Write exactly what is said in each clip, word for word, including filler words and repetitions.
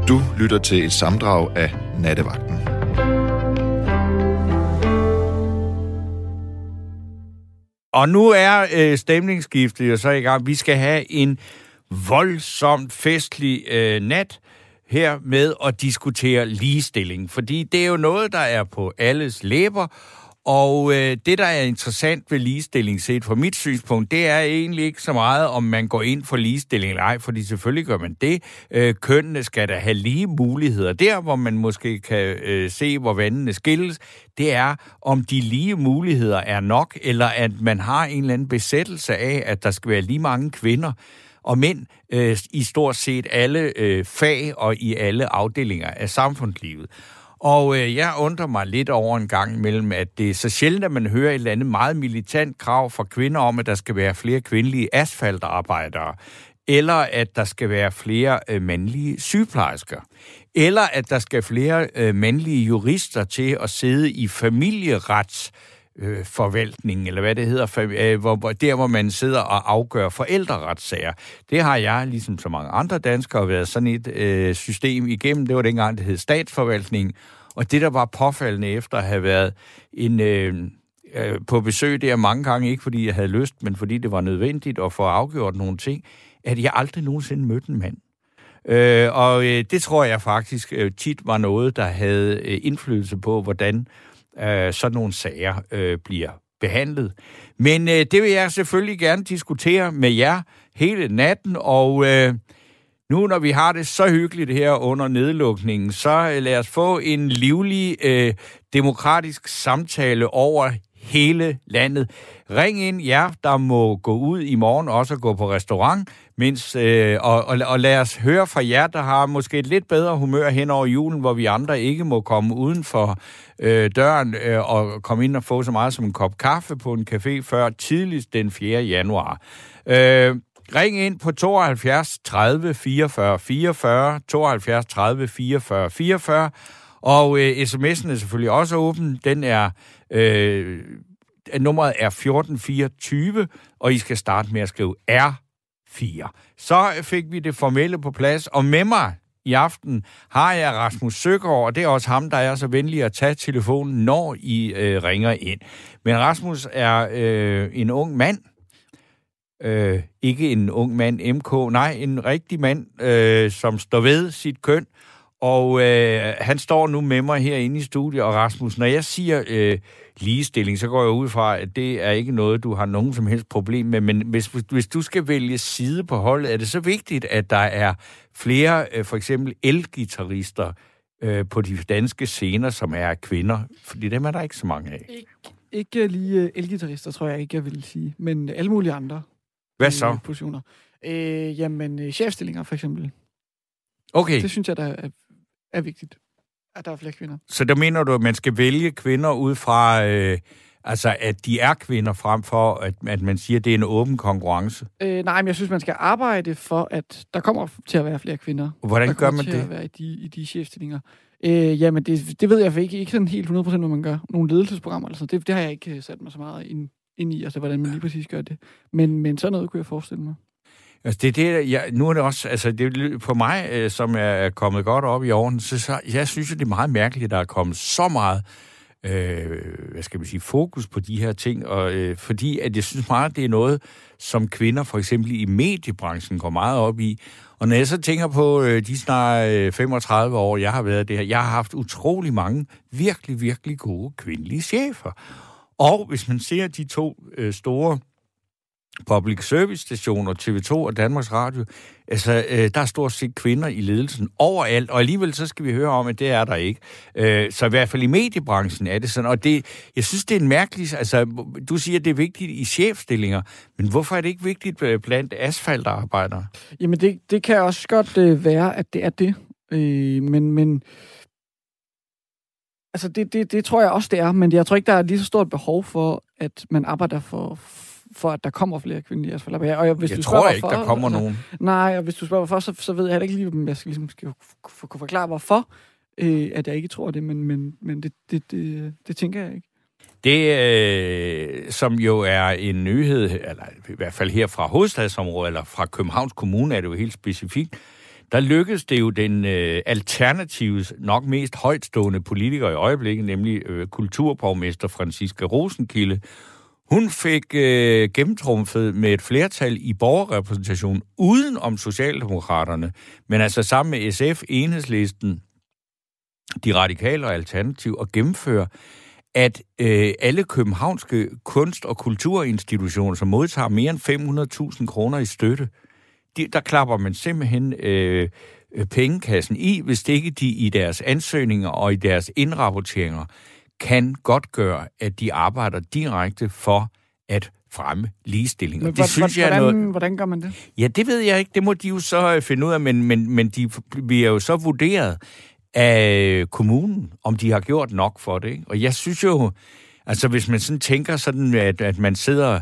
Du lytter til et sammendrag af Nattevagten. Og nu er øh, stemningsskiftet jo så i gang. Vi skal have en voldsomt festlig øh, nat her med at diskutere ligestilling. Fordi det er jo noget, der er på alles læber. Og øh, det, der er interessant ved ligestilling set fra mit synspunkt, det er egentlig ikke så meget, om man går ind for ligestilling eller ej, fordi selvfølgelig gør man det. Øh, kønnene skal da have lige muligheder. Der, hvor man måske kan øh, se, hvor vandene skilles, det er, om de lige muligheder er nok, eller at man har en eller anden besættelse af, at der skal være lige mange kvinder og mænd øh, i stort set alle øh, fag og i alle afdelinger af samfundslivet. Og øh, jeg undrer mig lidt over en gang imellem, at det er så sjældent, at man hører et eller andet meget militant krav fra kvinder om, at der skal være flere kvindelige asfaltarbejdere, eller at der skal være flere øh, mandlige sygeplejersker, eller at der skal flere øh, mandlige jurister til at sidde i familierets øh, forvaltningen, eller hvad det hedder, øh, hvor, der hvor man sidder og afgør forældreretssager. Det har jeg, ligesom så mange andre danskere, været sådan et øh, system igennem. Det var dengang, det hed statsforvaltning. Og det, der var påfaldende efter at have været en, øh, øh, på besøg der mange gange, ikke fordi jeg havde lyst, men fordi det var nødvendigt at få afgjort nogle ting, at jeg aldrig nogensinde mødte en mand. Øh, og øh, det tror jeg faktisk øh, tit var noget, der havde øh, indflydelse på, hvordan øh, sådan nogle sager øh, bliver behandlet. Men øh, det vil jeg selvfølgelig gerne diskutere med jer hele natten, og øh, nu når vi har det så hyggeligt her under nedlukningen, så øh, lad os få en livlig øh, demokratisk samtale over hele landet. Ring ind jer, der må gå ud i morgen, også gå på restaurant, mens, øh, og, og, og lad os høre fra jer, der har måske et lidt bedre humør hen over julen, hvor vi andre ikke må komme uden for øh, døren øh, og komme ind og få så meget som en kop kaffe på en café før tidligst den fjerde januar. Øh, ring ind på tooghalvfjerds tredive fireogfyrre fireogfyrre, tooghalvfjerds tredive fireogfyrre fireogfyrre, og øh, sms'en er selvfølgelig også åben. Den er... Øh, nummeret er fjorten fireogtyve, og I skal starte med at skrive R fire. Så fik vi det formelle på plads, og med mig i aften har jeg Rasmus Søgaard, og det er også ham, der er så venlig at tage telefonen, når I øh, ringer ind. Men Rasmus er øh, en ung mand, øh, ikke en ung mand M K, nej, en rigtig mand, øh, som står ved sit køn, og øh, han står nu med mig herinde i studiet, og Rasmus, når jeg siger øh, ligestilling, så går jeg ud fra, at det er ikke noget, du har nogen som helst problem med, men hvis, hvis du skal vælge side på holdet, er det så vigtigt, at der er flere, øh, for eksempel elguitarister øh, på de danske scener, som er kvinder, fordi dem er der ikke så mange af. Ikke, ikke lige elguitarister, tror jeg ikke, jeg vil sige, men alle mulige andre. Hvad så? Øh, positioner. Øh, jamen, chefstillinger for eksempel. Okay. Det synes jeg, der er, er vigtigt, at der er flere kvinder. Så der mener du, at man skal vælge kvinder ud fra, øh, altså at de er kvinder, frem for at, at man siger, at det er en åben konkurrence? Øh, nej, men jeg synes, man skal arbejde for, at der kommer til at være flere kvinder. Hvordan gør man til det? At være i de, i de chefstillinger. Øh, jamen, det, det ved jeg ikke, ikke sådan helt hundrede procent, hvad man gør. Nogle ledelsesprogrammer eller sådan. Det, det har jeg ikke sat mig så meget ind, ind i, altså hvordan man lige præcis gør det. Men, men sådan noget kunne jeg forestille mig. Altså det er det, jeg, nu er det også, altså det på mig, øh, som er kommet godt op i årene, så, så jeg synes, at det er meget mærkeligt, at der er kommet så meget, øh, hvad skal man sige, fokus på de her ting, og øh, fordi at jeg synes meget, at det er noget, som kvinder for eksempel i mediebranchen går meget op i. Og når jeg så tænker på øh, de snart øh, femogtredive år, jeg har været det her, jeg har haft utrolig mange virkelig, virkelig gode kvindelige chefer. Og hvis man ser de to øh, store public service stationer, T V to og Danmarks Radio, altså, øh, der er stort set kvinder i ledelsen overalt, og alligevel så skal vi høre om, at det er der ikke. Øh, så i hvert fald i mediebranchen er det sådan, og det, jeg synes, det er en mærkelig, altså, du siger, at det er vigtigt i chefstillinger, men hvorfor er det ikke vigtigt blandt asfaltarbejdere? Jamen, det, det kan også godt øh, være, at det er det, øh, men, men altså, det, det, det tror jeg også, det er, men jeg tror ikke, der er lige så stort behov for, at man arbejder for for at der kommer flere kvindelige asfaltarbejdere. Og jeg, hvis jeg du tror spørger, ikke, hvorfor, der kommer altså, nogen. Nej, og hvis du spørger hvorfor, så, så ved jeg heller ikke lige, om jeg skal, ligesom, skal kunne forklare, hvorfor øh, at jeg ikke tror det, men, men, men det, det, det, det tænker jeg ikke. Det, øh, som jo er en nyhed, eller i hvert fald her fra hovedstadsområdet, eller fra Københavns Kommune, er det jo helt specifikt, der lykkedes det jo den øh, alternatives nok mest højtstående politiker i øjeblikket, nemlig øh, kulturborgmester Franciska Rosenkilde. Hun fik øh, gennemtrumfet med et flertal i borgerrepræsentation uden om Socialdemokraterne, men altså sammen med S F, Enhedslisten, De Radikale og Alternativ, at gennemføre, at øh, alle københavnske kunst- og kulturinstitutioner, som modtager mere end fem hundrede tusind kroner i støtte, de, der klapper man simpelthen øh, pengekassen i, hvis det ikke de i deres ansøgninger og i deres indrapporteringer kan godt gøre, at de arbejder direkte for at fremme ligestilling. Men, og det h- synes h- jeg er hvordan, noget... hvordan gør man det? Ja, det ved jeg ikke. Det må de jo så finde ud af, men, men, men de bliver jo så vurderet af kommunen, om de har gjort nok for det. Ikke? Og jeg synes jo, altså hvis man sådan tænker sådan, at, at man sidder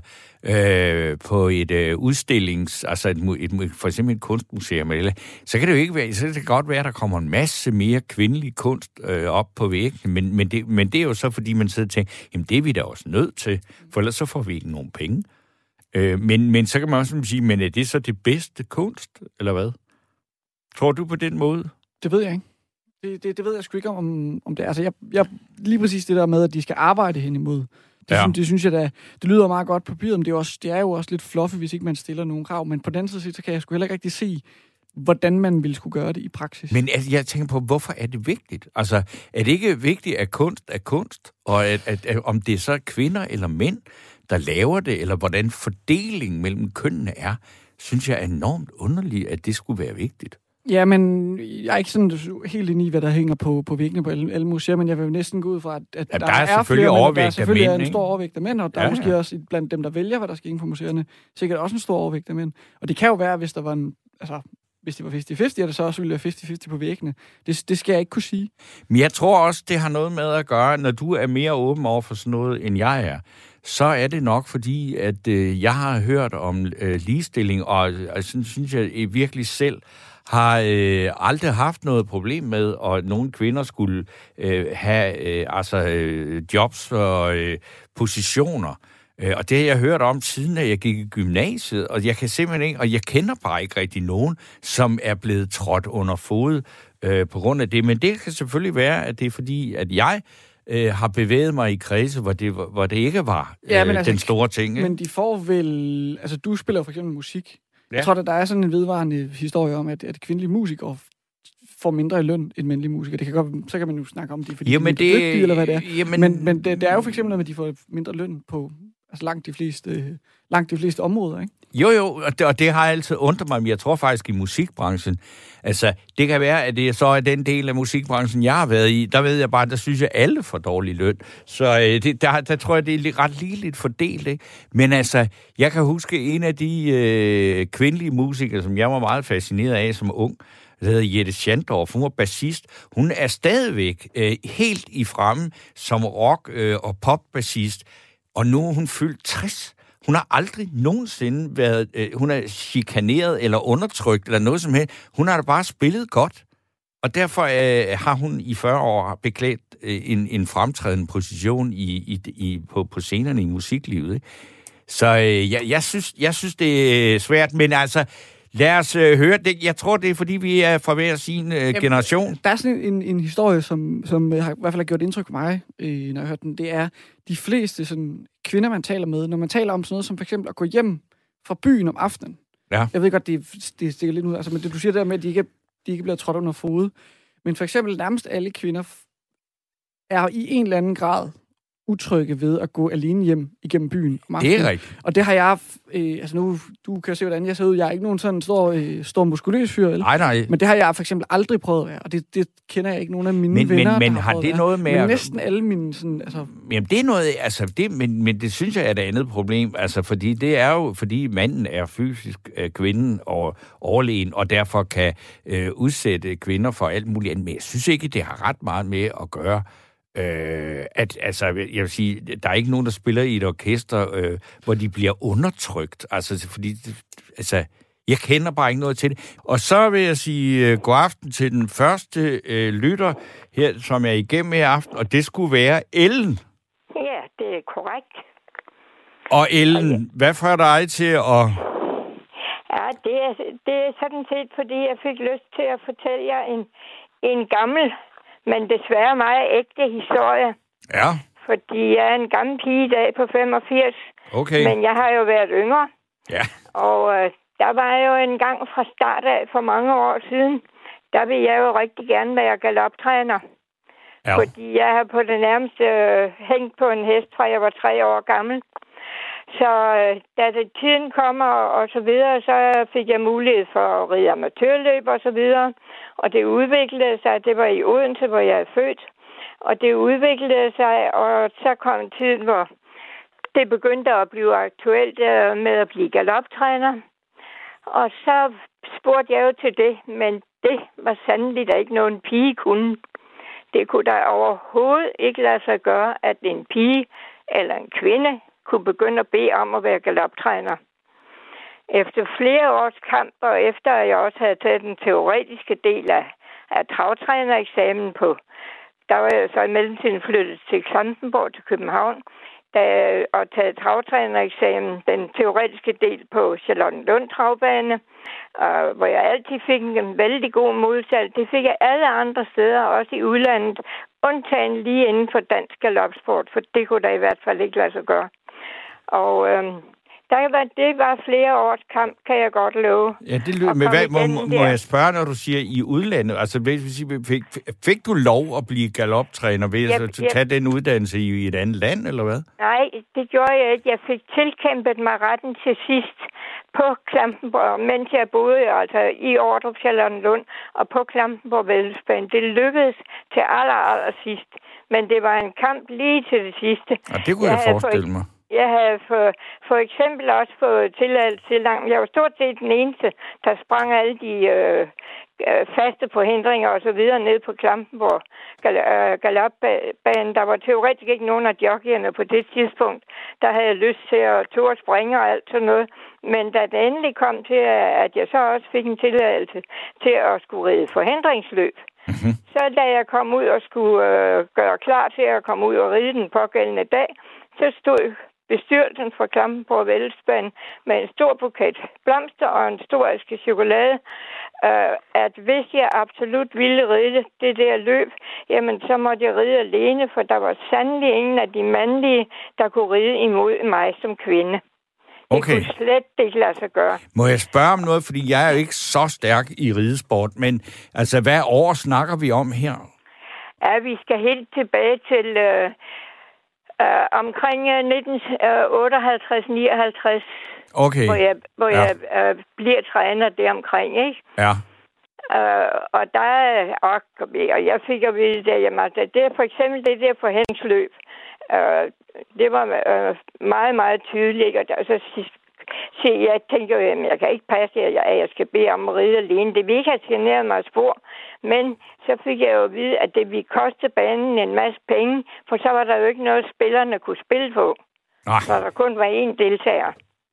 øh, på et øh, udstillings, altså et, et, for eksempel et kunstmuseum, eller, så kan det jo ikke være, så kan det godt være, at der kommer en masse mere kvindelig kunst øh, op på væggene, men, men, det, men det er jo så, fordi man sidder og tænker, jamen det er vi da også nødt til, for ellers så får vi ikke nogen penge. Øh, men, men så kan man også sige, men er det så det bedste kunst, eller hvad? Tror du på den måde? Det ved jeg ikke. Det, det, det ved jeg sgu ikke om, om det er. Altså, jeg, jeg, lige præcis det der med, at de skal arbejde hen imod. Det, ja. synes, det synes jeg da, det lyder meget godt på papiret, men det er, også, det er jo også lidt fluffy, hvis ikke man stiller nogen krav. Men på den side, så kan jeg sgu heller ikke rigtig se, hvordan man ville skulle gøre det i praksis. Men altså, jeg tænker på, hvorfor er det vigtigt? Altså, er det ikke vigtigt, at kunst er kunst? Og at, at, at, om det er så kvinder eller mænd, der laver det, eller hvordan fordelingen mellem kønnene er, synes jeg er enormt underligt, at det skulle være vigtigt. Ja, men jeg er ikke sådan helt inde i, hvad der hænger på, på væggene på alle, alle museer, men jeg vil jo næsten gå ud fra, at, at ja, der, der er, er selvfølgelig flere overvægt mænd, der er selvfølgelig mænd, en stor overvægt af mænd, og der ja, er måske ja. også blandt dem, der vælger, hvad der skal ind på museerne, sikkert også en stor overvægt af mænd. Og det kan jo være, hvis der var en, altså, hvis det var halvtreds halvtreds, er det så også ville være halvtreds halvtreds på væggene. Det, det skal jeg ikke kunne sige. Men jeg tror også, det har noget med at gøre, når du er mere åben over for sådan noget, end jeg er, så er det nok fordi, at øh, jeg har hørt om øh, ligestilling, og øh, sådan synes jeg virkelig selv, har øh, aldrig haft noget problem med, at nogle kvinder skulle øh, have øh, altså, øh, jobs og øh, positioner. Øh, og det har jeg hørt om siden, at jeg gik i gymnasiet, og jeg kan simpelthen ikke, og jeg kender bare ikke rigtig nogen, som er blevet trådt under fod øh, på grund af det. Men det kan selvfølgelig være, at det er fordi, at jeg øh, har bevæget mig i kredse, hvor det, hvor det ikke var øh, ja, men altså, den store ting. Men de får vel... Altså, du spiller for eksempel musik. Ja. Jeg tror, at der er sådan en vedvarende historie om, at, at kvindelige musikere får mindre i løn end mandlige musikere. Det kan godt, så kan man jo snakke om det, fordi jamen, de er det, dygtige, eller hvad det er. Jamen, men men det, det er jo for eksempel, at de får mindre løn på altså langt de fleste, langt de fleste områder, ikke? Jo, jo, og det, og det har altid undret mig, men jeg tror faktisk i musikbranchen, altså det kan være, at det så er den del af musikbranchen, jeg har været i, der ved jeg bare, der synes jeg alle får dårlig løn. Så øh, det, der, der tror jeg, det er ret ligeligt fordelt, ikke? Men altså, jeg kan huske en af de øh, kvindelige musikere, som jeg var meget fascineret af som ung, der hedder Jette Schandorf. Hun var bassist. Hun er stadigvæk øh, helt i fremme som rock- øh, og popbassist, og nu er hun fyldt tres. Hun har aldrig nogensinde været, øh, hun er chikaneret eller undertrykt eller noget som helst. Hun har da bare spillet godt. Og derfor øh, har hun i fyrre år beklædt øh, en, en fremtrædende position i, i, i, på, på scenerne i musiklivet. Ikke? Så øh, jeg, jeg, synes, jeg synes, det er svært, men altså, lad os øh, høre det. Jeg tror, det er, fordi vi er fra hver sin øh, Jamen, generation. Der er sådan en, en historie, som, som har, i hvert fald har gjort indtryk på mig, øh, når jeg har hørt den. Det er de fleste sådan, kvinder, man taler med, når man taler om sådan noget som for eksempel at gå hjem fra byen om aftenen. Ja. Jeg ved godt, det, det stikker lidt ud. Altså, men det, du siger der med, at de ikke, de ikke bliver trådt under fod. Men for eksempel nærmest alle kvinder er i en eller anden grad utrygge ved at gå alene hjem igennem byen om aftenen. Det er rigtigt. Og det har jeg... Øh, altså nu, du kan se, hvordan jeg ser ud. Jeg er ikke nogen sådan stor, øh, stor muskuløs fyr, eller? Nej, nej. Men det har jeg for eksempel aldrig prøvet at være, og det, det kender jeg ikke nogen af mine men, venner, men, men der har, har det at noget med... Men at... næsten alle mine sådan... Altså... Jamen, det er noget... Altså, det, men, men det synes jeg er et andet problem. Altså, fordi det er jo... Fordi manden er fysisk øh, kvinden og overlegen, og derfor kan øh, udsætte kvinder for alt muligt andet. Men jeg synes ikke, det har ret meget med at gøre... Øh, at, altså, jeg vil sige, der er ikke nogen, der spiller i et orkester, øh, hvor de bliver undertrykt. Altså, fordi, altså, jeg kender bare ikke noget til det. Og så vil jeg sige uh, god aften til den første øh, lytter her, som er igennem i aften, og det skulle være Ellen. Ja, det er korrekt. Og Ellen, okay. Hvad får dig til at... Ja, det er, det er sådan set, fordi jeg fik lyst til at fortælle jer en, en gammel, men desværre meget ægte historie. Ja. Fordi jeg er en gammel pige i dag på femogfirs. Okay. Men jeg har jo været yngre. Ja. Og øh, der var jo en gang fra start af for mange år siden, der ville jeg jo rigtig gerne være galoptræner. Ja. Fordi jeg har på det nærmeste øh, hængt på en hest, fra jeg var tre år gammel. Så øh, da det tiden kommer og så videre, så fik jeg mulighed for at ride amatørløb og så videre. Og det udviklede sig, det var i Odense, hvor jeg er født. Og det udviklede sig, og så kom tiden, hvor det begyndte at blive aktuelt øh, med at blive galoptræner. Og så spurgte jeg jo til det, men det var sandelig da ikke nogen pige kunne. Det kunne der overhovedet ikke lade sig gøre, at en pige eller en kvinde kunne begynde at bede om at være galoptræner. Efter flere års kamp, og efter at jeg også havde taget den teoretiske del af, af travtrænereksamen på, der var jeg så i mellemtiden flyttet til Klampenborg til København, da, og taget travtrænereksamen, den teoretiske del på Charlottenlund Travbane, og hvor jeg altid fik en vældig god modtale. Det fik jeg alle andre steder, også i udlandet, undtagen lige inden for dansk galopsport, for det kunne der i hvert fald ikke lade sig gøre. Og øhm, der var, det var flere års kamp, kan jeg godt love. Ja, det lyder, men hvad, må, må jeg spørge, når du siger i udlandet? Altså, fik, fik du lov at blive galoptræner ved yep, at yep. tage den uddannelse i, i et andet land, eller hvad? Nej, det gjorde jeg ikke. Jeg fik tilkæmpet mig retten til sidst på Klampenborg, mens jeg boede altså i Ordrup, Charlottenlund, og på Klampenborg Vældesbane. Det lykkedes til aller, aller sidst. Men det var en kamp lige til det sidste. Og det kunne jeg, jeg forestille mig. Jeg havde for, for eksempel også fået tilladelse til langt. Jeg var stort set den eneste, der sprang alle de øh, faste forhindringer og så videre ned på Klampenborg gal, øh, galopbanen. Der var teoretisk ikke nogen af jockeyerne på det tidspunkt, der havde lyst til at turde at springe og alt sådan noget. Men da det endelig kom til, at jeg så også fik en tilladelse til at skulle ride forhindringsløb, mm-hmm. så da jeg kom ud og skulle øh, gøre klar til at komme ud og ride den pågældende dag, så stod bestyrelsen fra Klampenborg Vældesbane med en stor buket blomster og en stor æske chokolade, øh, at hvis jeg absolut ville ride det der løb, jamen så måtte jeg ride alene, for der var sandelig ingen af de mandlige, der kunne ride imod mig som kvinde. Okay. Det kunne slet ikke lade sig gøre. Må jeg spørge om noget, fordi jeg er jo ikke så stærk i ridesport, men altså hvad år snakker vi om her? Ja, vi skal helt tilbage til øh, øh, omkring nitten otteoghalvtreds nioghalvtreds, okay. hvor jeg, hvor ja. jeg øh, bliver træner deromkring, ikke? Ja. Uh, og der og, og jeg fik at vide, der, jamen, altså, det er for eksempel det der forhindringsløb. Uh, det var uh, meget, meget tydeligt. Og der, så så jeg tænkte jo, jamen, jeg kan ikke passe, at jeg, at jeg skal bede om at ride alene. Det ville ikke have generet mig spor. Men så fik jeg jo at vide, at det ville koste banen en masse penge, for så var der jo ikke noget, spillerne kunne spille på. Nej. Når der kun var én deltager.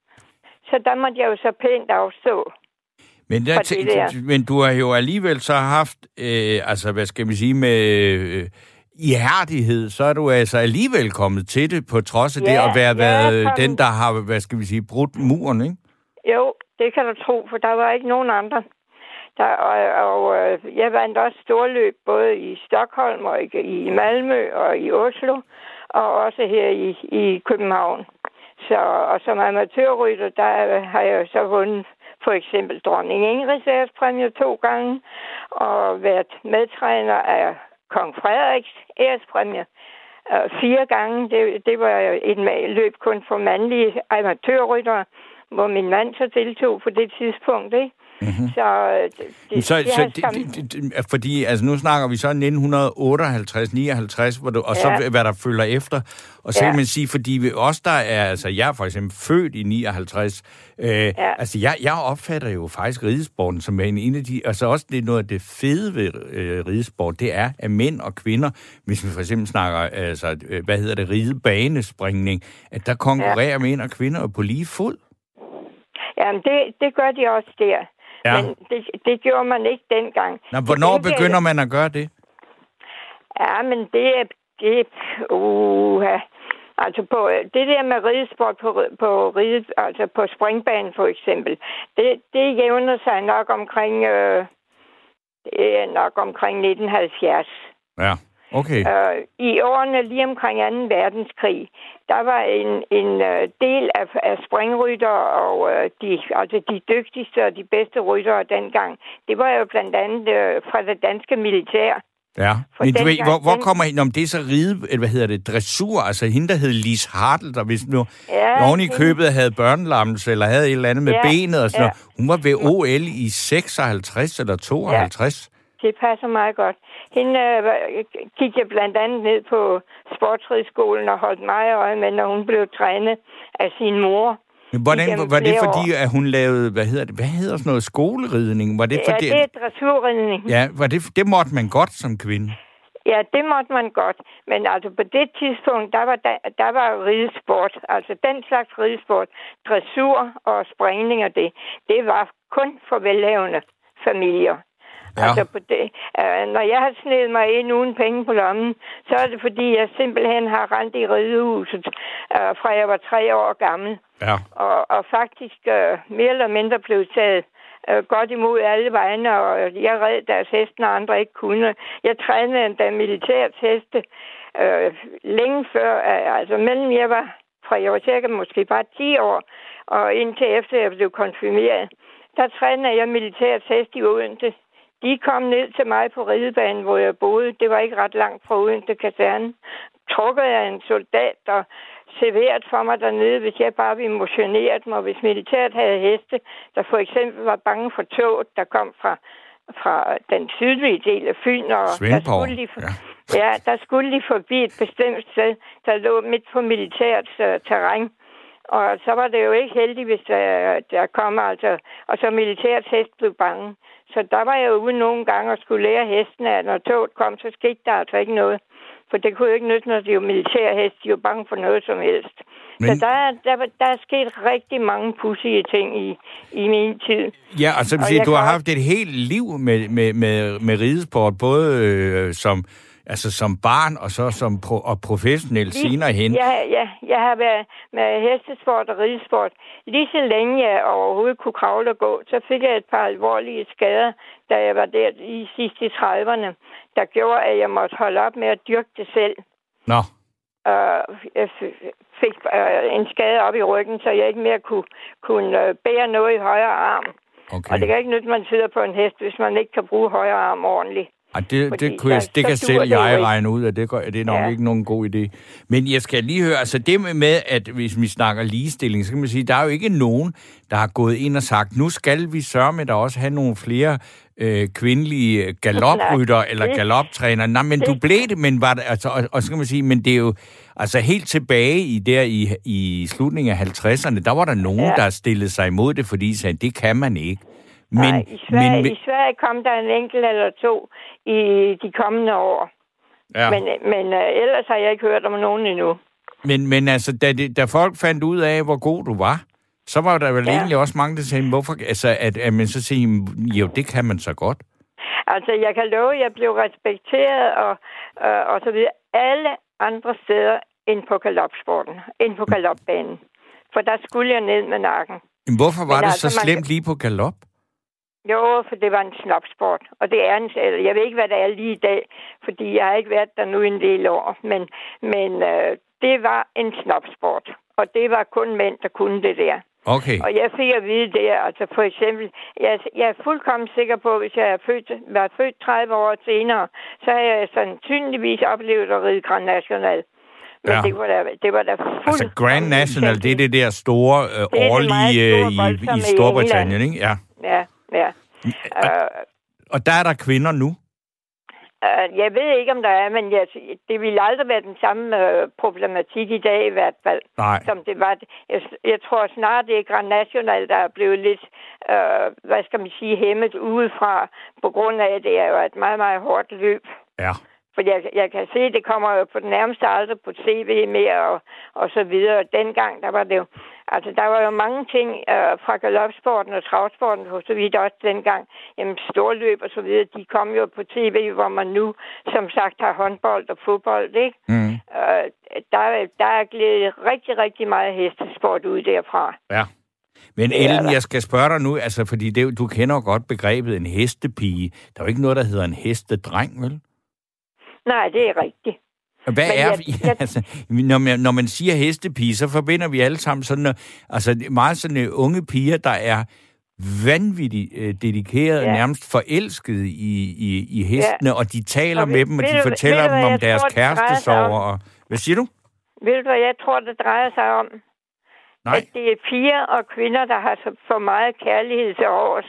Så der måtte jeg jo så pænt afstå. Men, der t- men du har jo alligevel så haft, øh, altså hvad skal man sige, med øh, ihærdighed, så er du altså alligevel kommet til det, på trods af ja, det, at være ja, været kom... den, der har, hvad skal vi sige, brudt muren, ikke? Jo, det kan du tro, for der var ikke nogen andre. Der, og og øh, jeg vandt også storløb, både i Stockholm og i, i Malmø og i Oslo, og også her i, i København. Så, og som amatørrytter, der har jeg så vundet for eksempel dronning Ingrids ærespræmie to gange, og været medtræner af kong Frederiks ærespræmie øh, fire gange. Det, det var et løb kun for mandlige amatørryttere, hvor min mand så deltog på det tidspunkt, ikke? Mm-hmm. Så, det, så, det så det, det, det, fordi altså nu snakker vi så nitten otteoghalvtreds nioghalvtreds, hvor du, og så ja. hvad der følger efter. Og så ja. kan man sige, fordi vi os der er, altså jeg er for eksempel født i nioghalvtreds, øh, ja. altså jeg, jeg opfatter jo faktisk ridesporten som en, en af de, altså også det er noget af det fede ved øh, ridesport, det er, at mænd og kvinder, hvis vi for eksempel snakker, altså hvad hedder det, ridebanespringning, at der konkurrerer ja. mænd og kvinder på lige fod. Jamen det, det gør de også der. Ja. Men det, det gjorde man ikke dengang. Nå, hvornår det, begynder man at gøre det? Ja, men det er... Det, uh, Altså på det der med ridesport på, på ride, altså på springbanen for eksempel, det, det jævner sig nok omkring, øh, det er nok omkring nitten halvfjerds. Ja. Okay. Øh, I årene lige omkring anden verdenskrig, der var en, en uh, del af, af springrytter, og uh, de, altså de dygtigste og de bedste ryttere dengang, det var jo blandt andet uh, fra det danske militær. Ja, men du ved, hvor, hvor kommer hende, om det er så ride, eller hvad hedder det, dressur, altså hende, der hed Lis Hartl, der hvis nu ja, oven i købet havde børnelammelse, eller havde et eller andet med ja, benet og sådan ja. noget. Hun var ved O L i seksoghalvtreds eller tooghalvtreds. Ja. Det passer meget godt. Hende øh, gik jeg blandt andet ned på sportsridskolen og holdt meget øje med, når hun blev trænet af sin mor. Men hvordan, var det fordi, år. at hun lavede, hvad hedder det, hvad hedder sådan noget, skoleridning? Var det ja, fordi, det er dressurridning. Ja, var det, det måtte man godt som kvinde? Ja, det måtte man godt. Men altså på det tidspunkt, der var, der, der var ridesport. Altså den slags ridesport, dressur og springning og det, det var kun for velhavende familier. Ja. Altså på det, øh, når jeg har snedet mig ind uden penge på lommen, så er det fordi, jeg simpelthen har rendt i ridehuset, øh, fra jeg var tre år gammel. Ja. Og, og faktisk øh, mere eller mindre blev taget øh, godt imod alle vegne, og jeg red deres heste, når andre ikke kunne. Jeg trænede endda militærets heste øh, længe før, øh, altså mellem jeg var, fra jeg var cirka måske bare ti år, og indtil efter jeg blev konfirmeret, der trænede jeg militærets heste i Odense. De kom ned til mig på ridebanen, hvor jeg boede. Det var ikke ret langt fra Odense kaserne. Trukkede jeg en soldat, der serverede for mig dernede, hvis jeg bare ville motionere mig. Hvis militæret havde heste, der for eksempel var bange for toget, der kom fra, fra den sydlige del af Fyn. Og der skulle, de for, ja. Ja, der skulle de forbi et bestemt sted, der lå midt på militærets uh, terræn. Og så var det jo ikke heldigt, hvis der, der kom altså... Og så militærets hest blev bange. Så der var jeg jo ude nogle gange og skulle lære hesten, at når toget kom, så skete der altså ikke noget. For det kunne jo ikke nytte, når det er jo militærhest. De er jo bange for noget som helst. Men... Så der, der, der er sket rigtig mange pudsige ting i, i min tid. Ja, altså og sige, du har haft et helt liv med, med, med, med ridesport, både øh, som... Altså som barn, og så som pro- og professionelt senere hen. Ja, ja, jeg har været med hestesport og ridesport. Lige så længe jeg overhovedet kunne kravle og gå, så fik jeg et par alvorlige skader, da jeg var der i sidste i trediverne, der gjorde, at jeg måtte holde op med at dyrke det selv. Nå. Uh, jeg fik uh, en skade op i ryggen, så jeg ikke mere kunne, kunne uh, bære noget i højre arm. Okay. Og det kan ikke nytte, man sidder på en hest, hvis man ikke kan bruge højre arm ordentligt. Ej, det, Fordi, det, kunne jeg, det kan selv jeg regne ud af, det, går, det er nok ja. ikke nogen god idé. Men jeg skal lige høre, altså det med, at hvis vi snakker ligestilling, så kan man sige, der er jo ikke nogen, der har gået ind og sagt, nu skal vi sørge med, at der også have nogle flere øh, kvindelige galoprytter eller galoptrænere. Nej, men du blev det, men var det, altså, og, og så kan man sige, men det er jo, altså helt tilbage i der i, i slutningen af halvtredserne, der var der nogen, ja. der stillede sig imod det, fordi de sagde, det kan man ikke. Men, Nej, i Sverige, men, i Sverige kom der en enkelt eller to i de kommende år. Ja. Men, men uh, ellers har jeg ikke hørt om nogen endnu. Men, men altså, da, det, da folk fandt ud af, hvor god du var, så var der vel ja. egentlig også mange, der sagde, hvorfor, altså, at, at man så siger, jo, det kan man så godt. Altså, jeg kan love, at jeg blev respekteret og, øh, og så videre alle andre steder end på galopsporten, end på galopbanen. For der skulle jeg ned med nakken. Men hvorfor var men det altså, så slemt man... lige på galop? Jo, for det var en snopsport, og det er en, jeg ved ikke, hvad det er lige i dag, fordi jeg har ikke været der nu en del år, men, men øh, det var en snopsport, og det var kun mænd, der kunne det der. Okay. Og jeg fik at vide det, altså for eksempel, jeg, jeg er fuldkommen sikker på, hvis jeg er født, var født tredive år senere, så har jeg sandsynligvis oplevet at ride Grand National. Men ja. det var da, det var da fuldt... Altså Grand National, det er det der store øh, årlige øh, i, i Storbritannien, ikke? Ja. Ja. Ja. Og, uh, og der er der kvinder nu? Uh, jeg ved ikke, om der er, men jeg, det ville aldrig være den samme uh, problematik i dag i hvert fald, Nej. som det var. Jeg, jeg tror snart, det er Grand National, der er blevet lidt, uh, hvad skal man sige, hæmmet udefra, på grund af, at det er jo et meget, meget hårdt løb. Ja. For jeg, jeg kan se, at det kommer jo på den nærmeste aldrig på T V mere og, og så videre. Dengang, der var det jo... Altså, der var jo mange ting øh, fra galopsporten og travsporten, for så vidt også dengang. jamen, storløb og så videre, de kom jo på tv, hvor man nu, som sagt, har håndbold og fodbold, ikke? Mm. Øh, der, der er glædet rigtig, rigtig meget hestesport ud derfra. Ja. Men Ellen, jeg skal spørge dig nu, altså, fordi det, du kender jo godt begrebet en hestepige. Der er jo ikke noget, der hedder en hestedreng, vel? Nej, det er rigtigt. Hvad men er jeg, jeg, altså, når, man, når man siger hestepige, så forbinder vi alle sammen sådan, altså meget sådan unge piger, der er vanvittigt øh, dedikeret, ja. nærmest forelsket i, i, i hestene, ja. og de taler og med dem, og de du, fortæller dem om deres kærestesorger. Og... Hvad siger du? Ved du, hvad jeg tror, det drejer sig om? Nej. At det er piger og kvinder, der har for meget kærlighed til overs.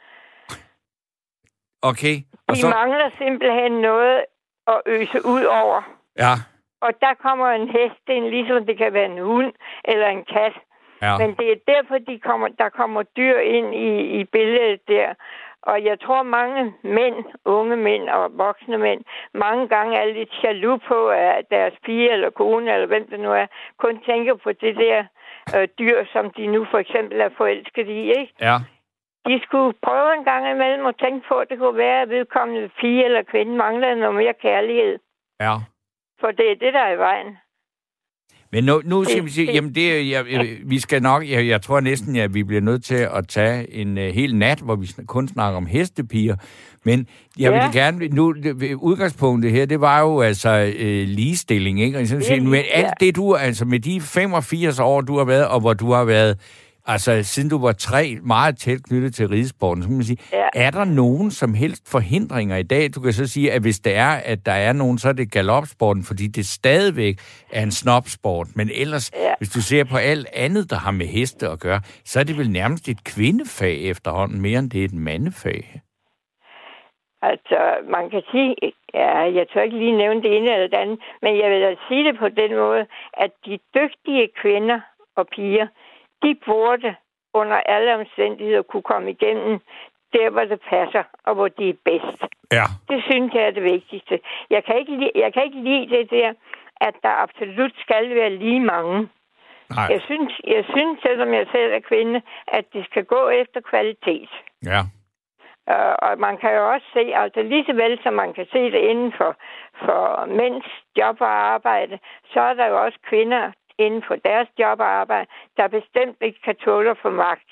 Okay. Og de så... mangler simpelthen noget at øse ud over. Ja. Og der kommer en hest ind, ligesom det kan være en hund eller en kat. Ja. Men det er derfor, de kommer, der kommer dyr ind i, i billedet der. Og jeg tror, mange mænd, unge mænd og voksne mænd, mange gange er lidt jaloux på, at deres pige eller kone, eller hvem det nu er, kun tænker på det der øh, dyr, som de nu for eksempel er forelsket i, ikke? Ja. De skulle prøve en gang imellem og tænke på, at det kunne være, at vedkommende pige eller kvinde mangler noget mere kærlighed. Ja. For det er det, der er i vejen. Men nu, nu skal vi sige, jamen det, jeg, vi skal nok, jeg, jeg tror næsten, at vi bliver nødt til at tage en uh, hel nat, hvor vi kun snakker om hestepiger. Men jeg ja. vil gerne, nu, udgangspunktet her, det var jo altså uh, ligestilling, ikke? Og sådan sige, men alt det du, altså med de femogfirs år, du har været, og hvor du har været, altså siden du var tre, meget tæt knyttet til ridesporten, så kan man sige, ja. er der nogen som helst forhindringer i dag? Du kan så sige, at hvis der er, at der er nogen, så er det galopsporten, fordi det stadigvæk er en snopsport. Men ellers, ja. hvis du ser på alt andet, der har med heste at gøre, så er det vel nærmest et kvindefag efterhånden, mere end det er et mandefag. Altså, man kan sige, ja, jeg tør ikke lige nævne det ene eller det andet, men jeg vil da sige det på den måde, at de dygtige kvinder og piger, de burde under alle omstændigheder kunne komme igennem der, hvor det passer, og hvor de er bedst. Ja. Det synes jeg er det vigtigste. Jeg kan ikke lide, jeg kan ikke lide det der, at der absolut skal være lige mange. Nej. Jeg synes, jeg synes, selvom jeg selv er kvinde, at det skal gå efter kvalitet. Ja. Uh, og man kan jo også se, altså lige så vel som man kan se det inden for, for mænds job og arbejde, så er der jo også kvinder inden for deres job og arbejde, der bestemt ikke kan tåle for magt.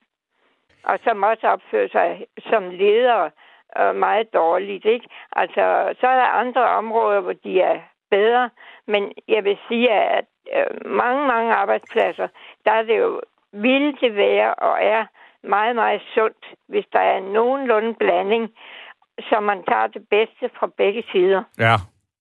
Og som også opfører sig som ledere uh, meget dårligt, ikke? Altså, så er der andre områder, hvor de er bedre, men jeg vil sige, at uh, mange, mange arbejdspladser, der er det jo, vil det være og er meget, meget sundt, hvis der er nogenlunde blanding, så man tager det bedste fra begge sider. Ja.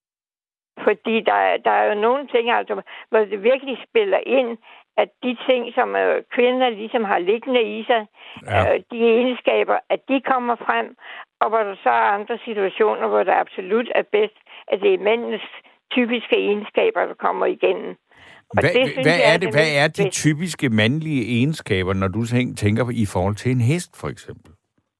Fordi der, der er jo nogle ting, altså, hvor det virkelig spiller ind, at de ting, som øh, kvinder ligesom har liggende i sig, ja. øh, de egenskaber, at de kommer frem, og hvor der så er andre situationer, hvor det absolut er bedst, at det er mændenes typiske egenskaber, der kommer igennem. Hvad, det, synes, hvad, er det, det hvad er de typiske mandlige egenskaber, når du tænker i forhold til en hest, for eksempel?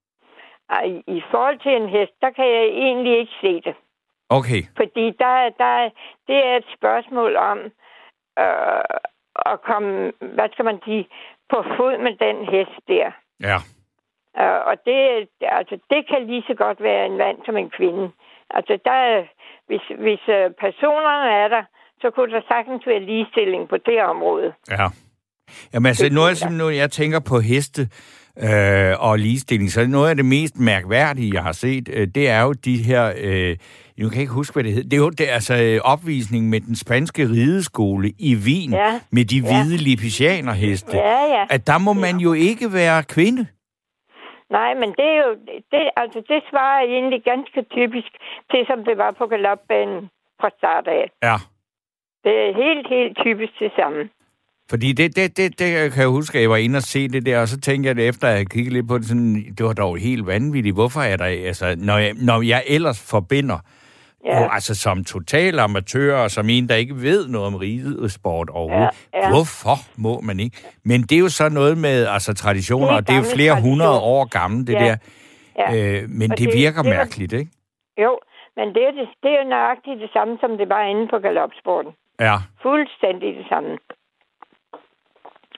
I, I forhold til en hest, der kan jeg egentlig ikke se det. Okay. Fordi der, der, det er et spørgsmål om øh, at komme, hvad skal man sige, på fod med den hest der. Ja. Øh, og det, altså, det kan lige så godt være en mand som en kvinde. Altså, der, hvis, hvis personerne er der, så kunne der sagtens være ligestilling på det område. Ja. Jamen altså, noget som nu, jeg tænker på heste øh, og ligestilling, så noget af det mest mærkværdige, jeg har set, øh, det er jo de her, øh, jeg kan ikke huske, hvad det hedder, det er jo det, altså, opvisning med den spanske rideskole i Wien, ja. med de hvide ja. lipisianerheste. Ja, ja. At der må man jo ikke være kvinde. Nej, men det er jo, det, altså det svarer egentlig ganske typisk til, som det var på galopbanen fra start af. Ja. Det er helt, helt typisk det samme. Fordi det, det, det, det kan jeg huske, at jeg var inde og se det der, og så tænkte jeg det efter, at jeg kiggede lidt på det, sådan, det var dog helt vanvittigt. Hvorfor er der, altså, når jeg, når jeg ellers forbinder, ja. og, altså som total amatør, og som en, der ikke ved noget om ridesport overhovedet, ja, ja. hvorfor må man ikke? Men det er jo så noget med altså, traditioner, og det er jo flere tradition. hundrede år gamle, det ja. der. Ja. Øh, men det, det virker det, mærkeligt, ikke? Jo, men det er, det, det er jo nøjagtigt det samme, som det var inde på galopsporten. Ja. Fuldstændig det samme.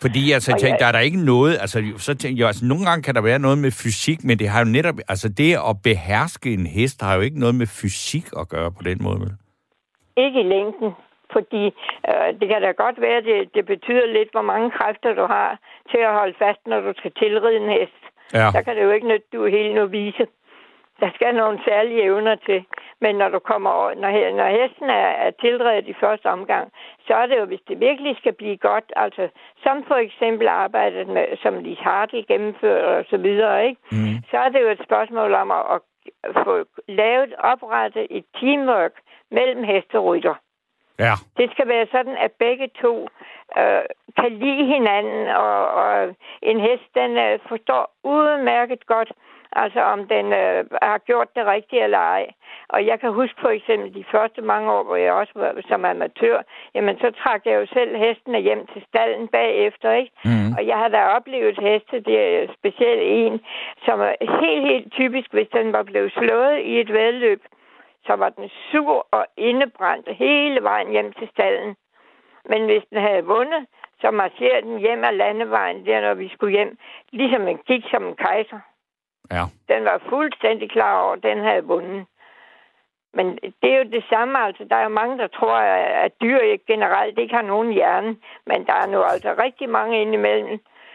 Fordi altså, jeg tænkte, der er der ikke noget, altså, så tænkte jeg, altså, nogle gange kan der være noget med fysik, men det har jo netop, altså, det at beherske en hest har jo ikke noget med fysik at gøre på den måde, vel? Ikke i længden, fordi øh, det kan da godt være, det, det betyder lidt, hvor mange kræfter du har til at holde fast, når du skal tilride en hest. Ja. Der kan det jo ikke nytte, du er helt novise. Der skal nogle særlige evner til. Men når du kommer over, når, når hesten er, er tilredet i første omgang, så er det jo, hvis det virkelig skal blive godt, altså som for eksempel arbejdet med, som Lise Hartl gennemfører og så videre, ikke? Mm. Så er det jo et spørgsmål om at, at få lavet, oprettet et teamwork mellem hesterytter. Ja. Det skal være sådan, at begge to øh, kan lide hinanden, og, og en hest, den øh, forstår udmærket godt, altså om den øh, har gjort det rigtigt eller ej. Og jeg kan huske for eksempel de første mange år, hvor jeg også var som amatør, jamen så trak jeg jo selv hestene hjem til stallen bagefter, ikke? Mm. Og jeg har da oplevet heste, det er specielt en, som er helt, helt typisk, hvis den var blevet slået i et væddeløb, så var den sur og indebrændt hele vejen hjem til stallen. Men hvis den havde vundet, så marcherede den hjem ad landevejen, der når vi skulle hjem, ligesom en gik som en kejser. Ja. Den var fuldstændig klar over, at den havde vundet. Men det er jo det samme, altså. Der er jo mange, der tror, at dyr generelt ikke har nogen hjerne. Men der er nu altså rigtig mange indimellem,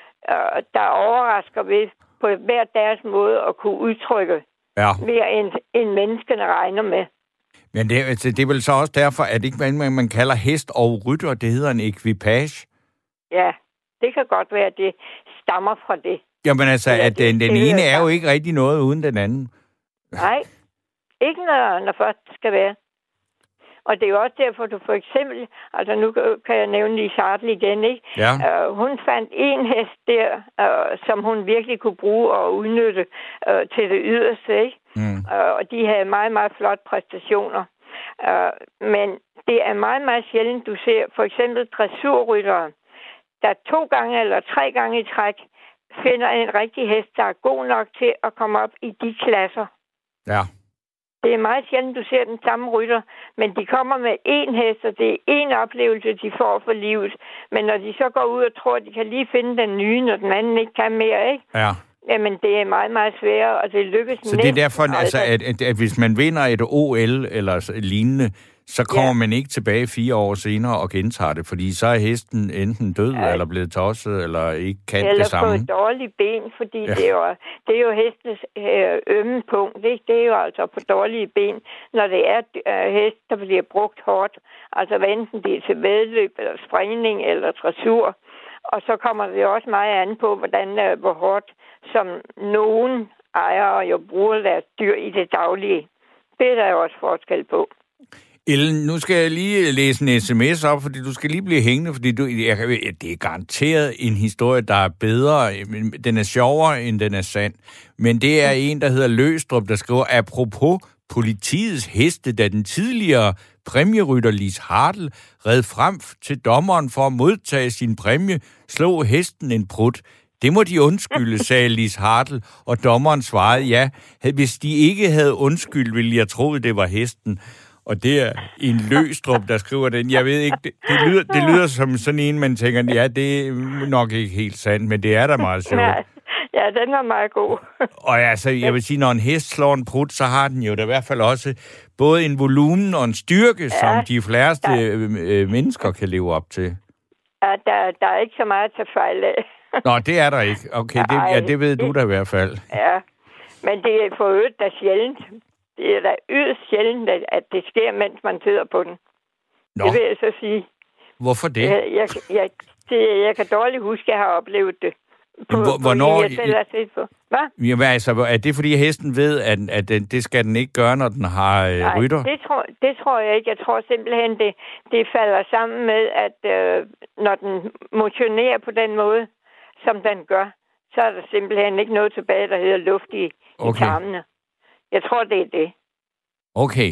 der overrasker ved på hver deres måde at kunne udtrykke ja. mere end, end menneskene regner med. Men det, altså, det er vel så også derfor, at ikke man, man kalder hest og rytter, det hedder en ekvipage? Ja, det kan godt være, at det stammer fra det. Jamen altså, at det, den, den det ene er jo ikke rigtig noget uden den anden. Nej, ikke når, når først det skal være. Og det er jo også derfor, du for eksempel, altså nu kan jeg nævne Lise Hartl igen, ikke? Ja. Uh, hun fandt en hest der, uh, som hun virkelig kunne bruge og udnytte uh, til det yderste, ikke? Mm. Uh, og de havde meget, meget flotte præstationer. Uh, men det er meget, meget sjældent, du ser for eksempel dressurryttere, der to gange eller tre gange i træk finder en rigtig hest, der er god nok til at komme op i de klasser. Ja. Det er meget sjældent, du ser den samme rytter, men de kommer med én hest, og det er én oplevelse, de får for livet. Men når de så går ud og tror, at de kan lige finde den nye, når den anden ikke kan mere, ikke? Ja. Jamen, det er meget, meget sværere, og det lykkes Så det er derfor, altså, at, at, at hvis man vinder et O L eller lignende, så kommer ja. man ikke tilbage fire år senere og gentager det, fordi så er hesten enten død, ja. eller blevet tosset, eller ikke kan eller det samme. Eller på et dårligt ben, fordi ja. det, er jo, det er jo hestens øh, ømme punkt. Det, det er jo altså på dårlige ben, når det er øh, hest, der bliver brugt hårdt. Altså enten det er til væddeløb, eller springning, eller dressur. Og så kommer det også meget an på, hvordan, øh, hvor hårdt som nogen ejere jo bruger deres dyr i det daglige. Det er der jo også forskel på. Ellen, nu skal jeg lige læse en sms op, fordi du skal lige blive hængende, fordi du, jeg, det er garanteret en historie, der er bedre, den er sjovere, end den er sand. Men det er en, der hedder Løstrup, der skriver, apropos politiets heste, da den tidligere præmierytter Lise Hartl red frem til dommeren for at modtage sin præmie, slog hesten en prut. Det må de undskylde, sagde Lise Hartl, og dommeren svarede, ja, hvis de ikke havde undskyld, ville jeg tro, det var hesten. Og det er en Løstrup, der skriver den. Jeg ved ikke, det, det, lyder, det lyder som sådan en, man tænker, ja, det er nok ikke helt sandt, men det er da meget sjovt. Ja, den er meget god. Og altså, jeg vil sige, når en hest slår en prut, så har den jo da i hvert fald også både en volumen og en styrke, ja, som de fleste der... mennesker kan leve op til. Ja, der, der er ikke så meget til fejl af. Nå, det er der ikke. Okay, det, ja, det ved du da i hvert fald. Ja, men det er for øvrigt da sjældent. Det er da yderst sjældent, at det sker, mens man sidder på den. Nå. Det vil jeg så sige. Hvorfor det? Jeg, jeg, jeg, det, jeg kan dårligt huske, at jeg har oplevet det. På, Hvornår? Jeg selv har set på. Hvad? Jamen, altså, er det fordi hesten ved, at, at den, det skal den ikke gøre, når den har øh, Nej, rytter? det tror, det tror jeg ikke. Jeg tror simpelthen, det, det falder sammen med, at øh, når den motionerer på den måde, som den gør, så er der simpelthen ikke noget tilbage, der hedder luft i, okay. i tarmene. Jeg tror, det er det. Okay.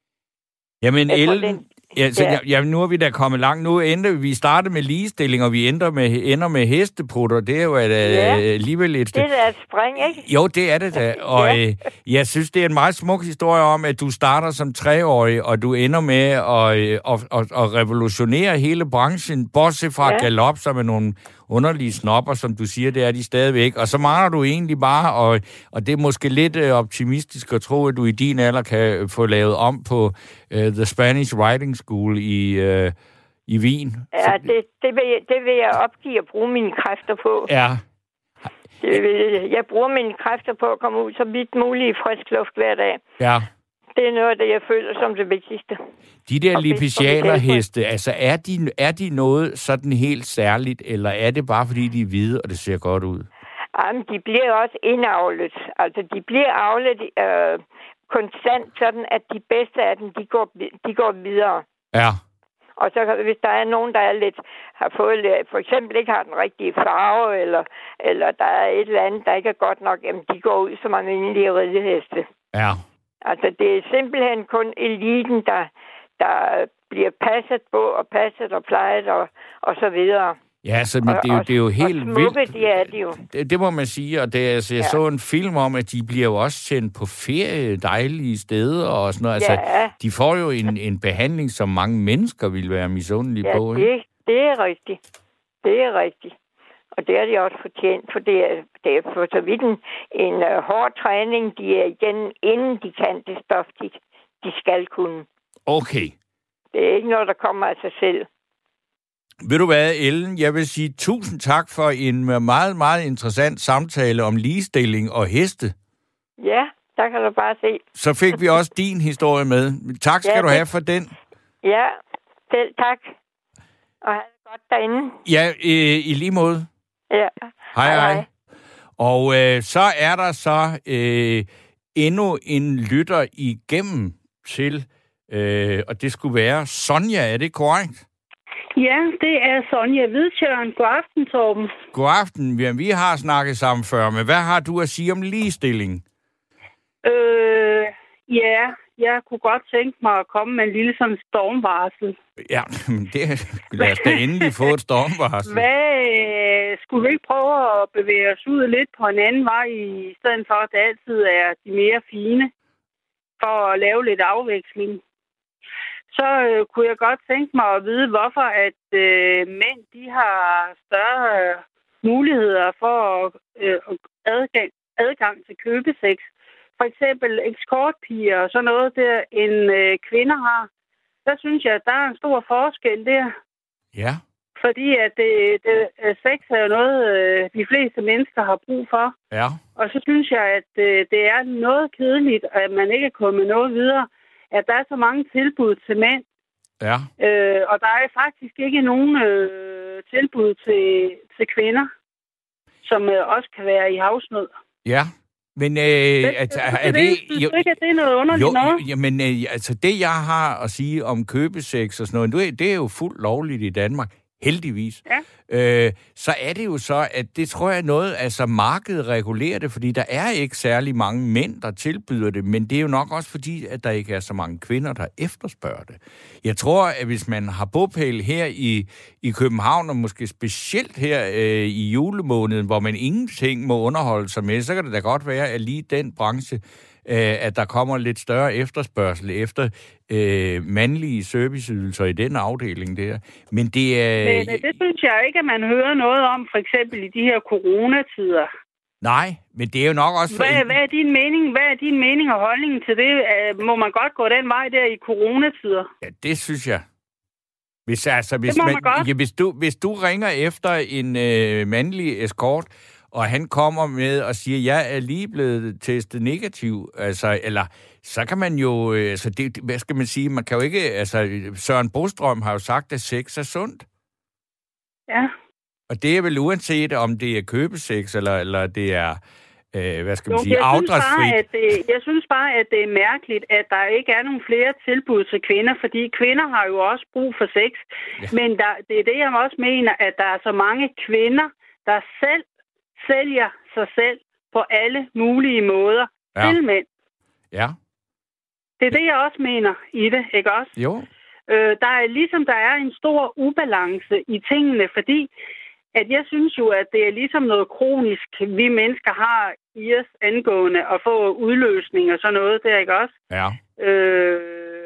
Jamen, jeg Ellen... tror, det, ja, så, ja. Ja, nu er vi da kommet langt. Nu ender vi starter med ligestilling, og vi ender med, ender med hesteprutter. Det er jo et, ja. uh, alligevel et... Det er da et spring, ikke? Jo, det er det da. Og ja. uh, jeg synes, det er en meget smuk historie om, at du starter som treårig, og du ender med at, uh, at, at, at revolutionere hele branchen, bortset fra ja. galop, som er nogle underlige snopper, som du siger, det er de stadigvæk. Og så mangler du egentlig bare, og, og det er måske lidt øh, optimistisk at tro, at du i din alder kan få lavet om på øh, The Spanish Writing School i, øh, i Wien. Ja, det, det, vil jeg, det vil jeg opgive at bruge mine kræfter på. Ja. Det vil, jeg bruger mine kræfter på at komme ud så vidt muligt i frisk luft hver dag. Ja. Det er noget af det, jeg føler som det vigtigste. De der lipizzanerheste, altså er de, er de noget sådan helt særligt, eller er det bare fordi de er hvide, og det ser godt ud? Jamen, de bliver også indavlet. Altså, de bliver avlet øh, konstant, sådan at de bedste af dem, de går, de går videre. Ja. Og så hvis der er nogen, der er lidt, har fået, for eksempel ikke har den rigtige farve, eller, eller der er et eller andet, der ikke er godt nok, jamen de går ud som almindelige rideheste. Ja. Altså det er simpelthen kun eliten, der, der bliver passet på og passet og plejet og, og så videre. Ja, så, men det, er jo, det er jo helt og smukke, vildt. De er de jo. Det, det må man sige, og det, altså, jeg ja. så en film om, at de bliver jo også sendt på ferie, dejlige steder og sådan noget. Altså, ja. De får jo en, en behandling, som mange mennesker ville være misundelige ja, på. Ja, det, det er rigtigt. Det er rigtigt. Og det har de også fortjent, for det er, det er for så vidt en, en uh, hård træning, de er igen, inden de kan det stof, de, de skal kunne. Okay. Det er ikke noget, der kommer af sig selv. Ved du hvad, Ellen? Jeg vil sige tusind tak for en meget, meget interessant samtale om ligestilling og heste. Ja, der kan du bare se. Så fik vi også din historie med. Tak skal ja, du det... have for den. Ja, selv tak. Og have det godt derinde. Ja, øh, i lige måde. Ja. Hej, hej. hej. Og øh, så er der så øh, endnu en lytter igennem til, øh, og det skulle være Sonja, er det korrekt? Ja, det er Sonja Hvidtjørn. God aften, Torben. God aften. Ja, vi har snakket sammen før, men hvad har du at sige om ligestilling? Øh, ja, jeg kunne godt tænke mig at komme med en lille sådan stormvarsel. Ja, men det lad os da endelig få et stormvarsel. Hvad, skulle vi ikke prøve at bevæge os ud lidt på en anden vej, i stedet for, at det altid er de mere fine, for at lave lidt afveksling? Så øh, kunne jeg godt tænke mig at vide, hvorfor at øh, mænd de har større øh, muligheder for øh, adgang, adgang til købesex. For eksempel escortpiger og sådan noget der, end øh, kvinder har. Der synes jeg, at der er en stor forskel der. Ja. Fordi at det, det, sex er jo noget, øh, de fleste mennesker har brug for. Ja. Og så synes jeg, at øh, det er noget kedeligt, at man ikke er kommet noget videre. At der er så mange tilbud til mænd. Ja. Øh, og der er faktisk ikke nogen øh, tilbud til, til kvinder, som øh, også kan være i havsnød. Ja, men øh, det, altså, er, er det... Synes du ikke, at det er noget underligt jo, noget? Jamen, øh, altså det, jeg har at sige om købesex og sådan noget, det er jo fuldt lovligt i Danmark. Heldigvis. Ja. Øh, så er det jo så, at det tror jeg er noget, altså markedet regulerer det, fordi der er ikke særlig mange mænd, der tilbyder det, men det er jo nok også fordi, at der ikke er så mange kvinder, der efterspørger det. Jeg tror, at hvis man har bopæl her i, i København, og måske specielt her øh, i julemåneden, hvor man ingenting må underholde sig med, så kan det da godt være, at lige den branche, øh, at der kommer lidt større efterspørgsel efter øh, mandlige serviceydelser i den afdeling der. Men det er... Men det synes jeg ikke, at man hører noget om, for eksempel i de her coronatider. Nej, men det er jo nok også... For... Hvad, hvad, er din mening, hvad er din mening og holdning til det? Må man godt gå den vej der i coronatider? Ja, det synes jeg. Hvis, altså, hvis, det må man, man godt. Ja, hvis, du, hvis du ringer efter en øh, mandlig escort, og han kommer med og siger, jeg er lige blevet testet negativ, altså, eller så kan man jo, altså, det, hvad skal man sige, man kan jo ikke, altså, Søren Brostrøm har jo sagt, at sex er sundt. Ja. Og det er vel uanset, om det er købesex, eller, eller det er, øh, hvad skal man jo, sige, afdragsfrit. Jeg synes bare, at det er mærkeligt, at der ikke er nogen flere tilbud til kvinder, fordi kvinder har jo også brug for sex. Ja. Men der, det er det, jeg også mener, at der er så mange kvinder, der selv sælger sig selv på alle mulige måder ja. til mænd. Ja. Det er det, jeg også mener i det, ikke også? Jo. Øh, der er ligesom, der er en stor ubalance i tingene, fordi at jeg synes jo, at det er ligesom noget kronisk, vi mennesker har i os angående at få udløsning og sådan noget der, ikke også? Ja. Øh,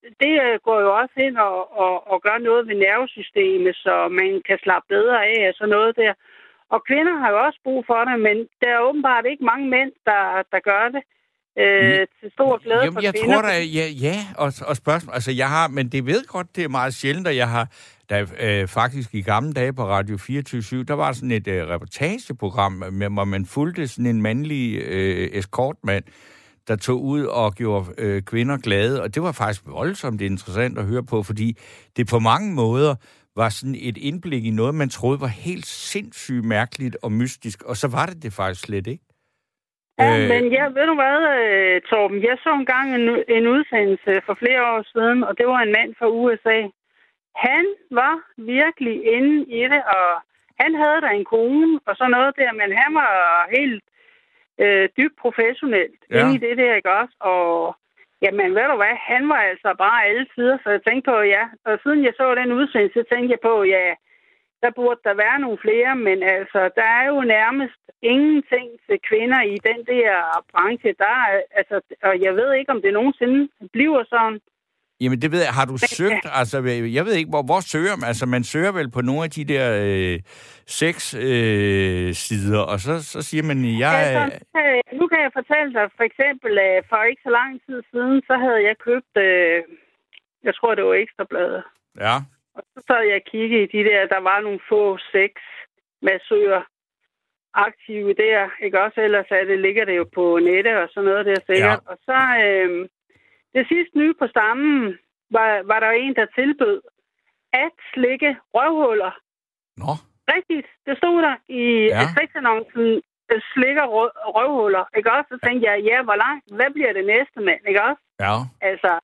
det går jo også ind og, og, og gør noget ved nervesystemet, så man kan slappe bedre af og sådan noget der. Og kvinder har jo også brug for det, men der er åbenbart ikke mange mænd, der, der gør det. Øh, til stor glæde Jamen, for jeg kvinder. tror da, ja, ja og, og spørgsmål, altså jeg har, men det ved godt, det er meget sjældent, at jeg har, der øh, faktisk i gamle dage på Radio fireogtyve syv, der var sådan et øh, reportageprogram, med, hvor man fulgte sådan en mandlig øh, eskortmand, der tog ud og gjorde øh, kvinder glade, og det var faktisk voldsomt interessant at høre på, fordi det på mange måder var sådan et indblik i noget, man troede var helt sindssygt mærkeligt og mystisk, og så var det det faktisk slet ikke. Ja, øh, men jeg ved du hvad, Torben, jeg så engang en, en udsendelse for flere år siden, og det var en mand fra U S A. Han var virkelig inde i det, og han havde da en kone og sådan noget der, men han var helt øh, dybt professionelt ja. inde i det der, ikke også? Og jamen, ved du hvad, han var altså bare alle sider, så jeg tænkte på, ja. Og siden jeg så den udsendelse, så tænkte jeg på, ja, der burde der være nogle flere, men altså, der er jo nærmest ingenting til kvinder i den der branche. Der er, altså, og jeg ved ikke, om det nogensinde bliver sådan. Jamen, det ved jeg. Har du men, søgt? Ja. Altså, jeg ved ikke, hvor, hvor søger man? Altså, man søger vel på nogle af de der øh, seks øh, sider, og så, så siger man, jeg... Altså, nu kan jeg fortælle dig, for eksempel, for ikke så lang tid siden, så havde jeg købt, øh, jeg tror, det var Ekstrabladet. Ja. Og så sad jeg og kiggede i de der, der var nogle få seks massører aktive der, ikke også? Ellers er det, ligger det jo på nettet og sådan noget der sikkert. Ja. Og så øh, det sidste nye på stammen, var, var der en, der tilbød at slikke røvhuller. Nå. Rigtigt, det stod der i ja. sexannoncen, slikker røvhuller, ikke også? Så tænkte jeg, ja, hvor langt? Hvad bliver det næste, mand, ikke også? Ja. Altså...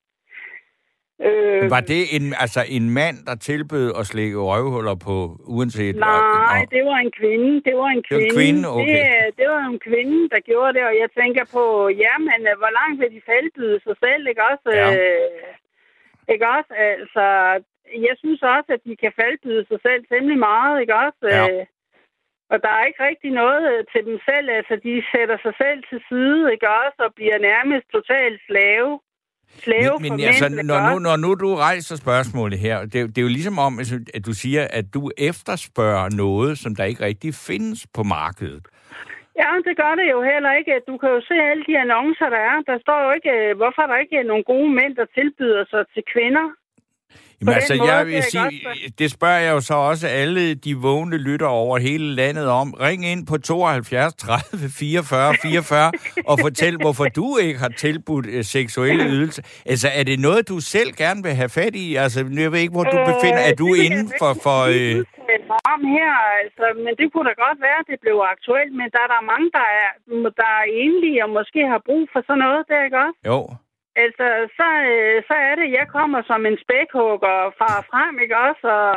Øh, var det en, altså en mand, der tilbød at slikke røvhuller på, uanset... Nej, det var en kvinde. Det var en kvinde. Det var en kvinde, okay. Det, det var en kvinde, der gjorde det, og jeg tænker på, jamen, hvor langt vil de faldbyde sig selv, ikke også? Ja. Øh, ikke også? Altså, jeg synes også, at de kan faldbyde sig selv temmelig meget, ikke også? Ja. Øh, og der er ikke rigtig noget til dem selv. Altså, de sætter sig selv til side, ikke også? Og bliver nærmest totalt slave. Slave men men altså, når, nu, når nu du rejser spørgsmålet her, det, det er jo ligesom om, at du siger, at du efterspørger noget, som der ikke rigtig findes på markedet. Ja, det gør det jo heller ikke. Du kan jo se alle de annoncer, der er. Der står jo ikke, hvorfor der ikke er nogen gode mænd, der tilbyder sig til kvinder. Jamen altså, måde, jeg vil sige, det spørger jeg jo så også alle de vågne lytter over hele landet om. Ring ind på tooghalvfjerds tredive fireogfyrre fireogfyrre og fortæl, hvorfor du ikke har tilbudt uh, seksuelle ydelser. Altså, er det noget, du selv gerne vil have fat i? Altså, jeg ved ikke, hvor du øh, befinder. Er du inden for... for øh... om her, altså, men det kunne da godt være, at det blev aktuelt, men der er der mange, der er, der er enlige og måske har brug for sådan noget, der, ikke også? Jo. Altså, så, så er det, jeg kommer som en spækhugger og farer frem, ikke også? Og,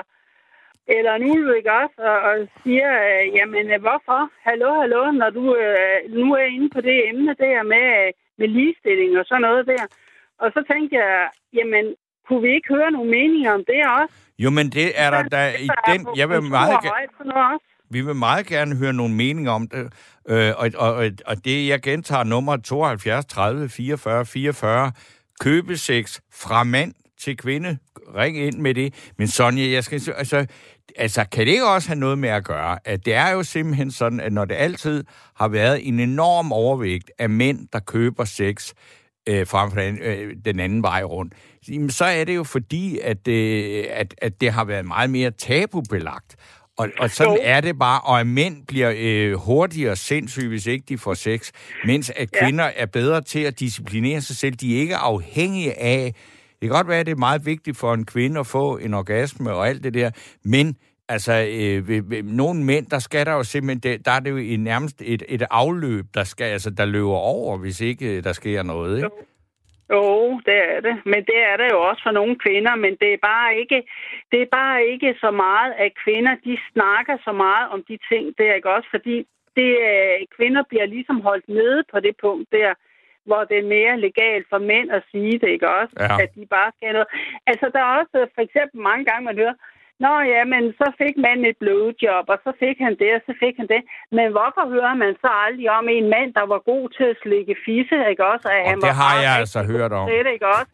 eller en ulv, ikke også? Og, og siger, jamen, hvorfor? Hallo, hallo, når du nu er inde på det emne der med, med ligestilling og sådan noget der. Og så tænkte jeg, jamen, kunne vi ikke høre nogle meninger om det også? Jo, men det er der, der i den... Jeg vil meget gerne... Vi vil meget gerne høre nogle meninger om det, øh, og, og, og det, jeg gentager nummer tooghalvfjerds tredive fireogfyrre fireogfyrre, købesex fra mand til kvinde, ring ind med det. Men Sonja, jeg skal, altså, altså, kan det ikke også have noget med at gøre, at det er jo simpelthen sådan, at når det altid har været en enorm overvægt af mænd, der køber sex øh, frem for den, øh, den anden vej rundt, så er det jo fordi, at, øh, at, at det har været meget mere tabubelagt. Og, og sådan jo. Er det bare, og at mænd bliver øh, hurtigere sindssyge, hvis ikke de får sex, mens at kvinder ja. Er bedre til at disciplinere sig selv. De er ikke afhængige af... Det kan godt være, at det er meget vigtigt for en kvinde at få en orgasme og alt det der, men altså, øh, ved, ved nogle mænd, der skal der jo simpelthen... Der er det jo i nærmest et, et afløb, der, skal, altså, der løber over, hvis ikke der sker noget, ikke? Jo. Jo, det er det. Men det er der jo også for nogle kvinder, men det er bare ikke, det er bare ikke så meget, at kvinder, de snakker så meget om de ting der, ikke også? Fordi det, kvinder bliver ligesom holdt nede på det punkt der, hvor det er mere legalt for mænd at sige det, ikke også? Ja. At de bare skal noget. Altså, der er også for eksempel mange gange, man hører, nå ja, men så fik man et blowjob, og så fik han det, og så fik han det. Men hvorfor hører man så aldrig om en mand, der var god til at slikke fisse, ikke også? At og han det var har jeg altså hørt om. Det, ikke også?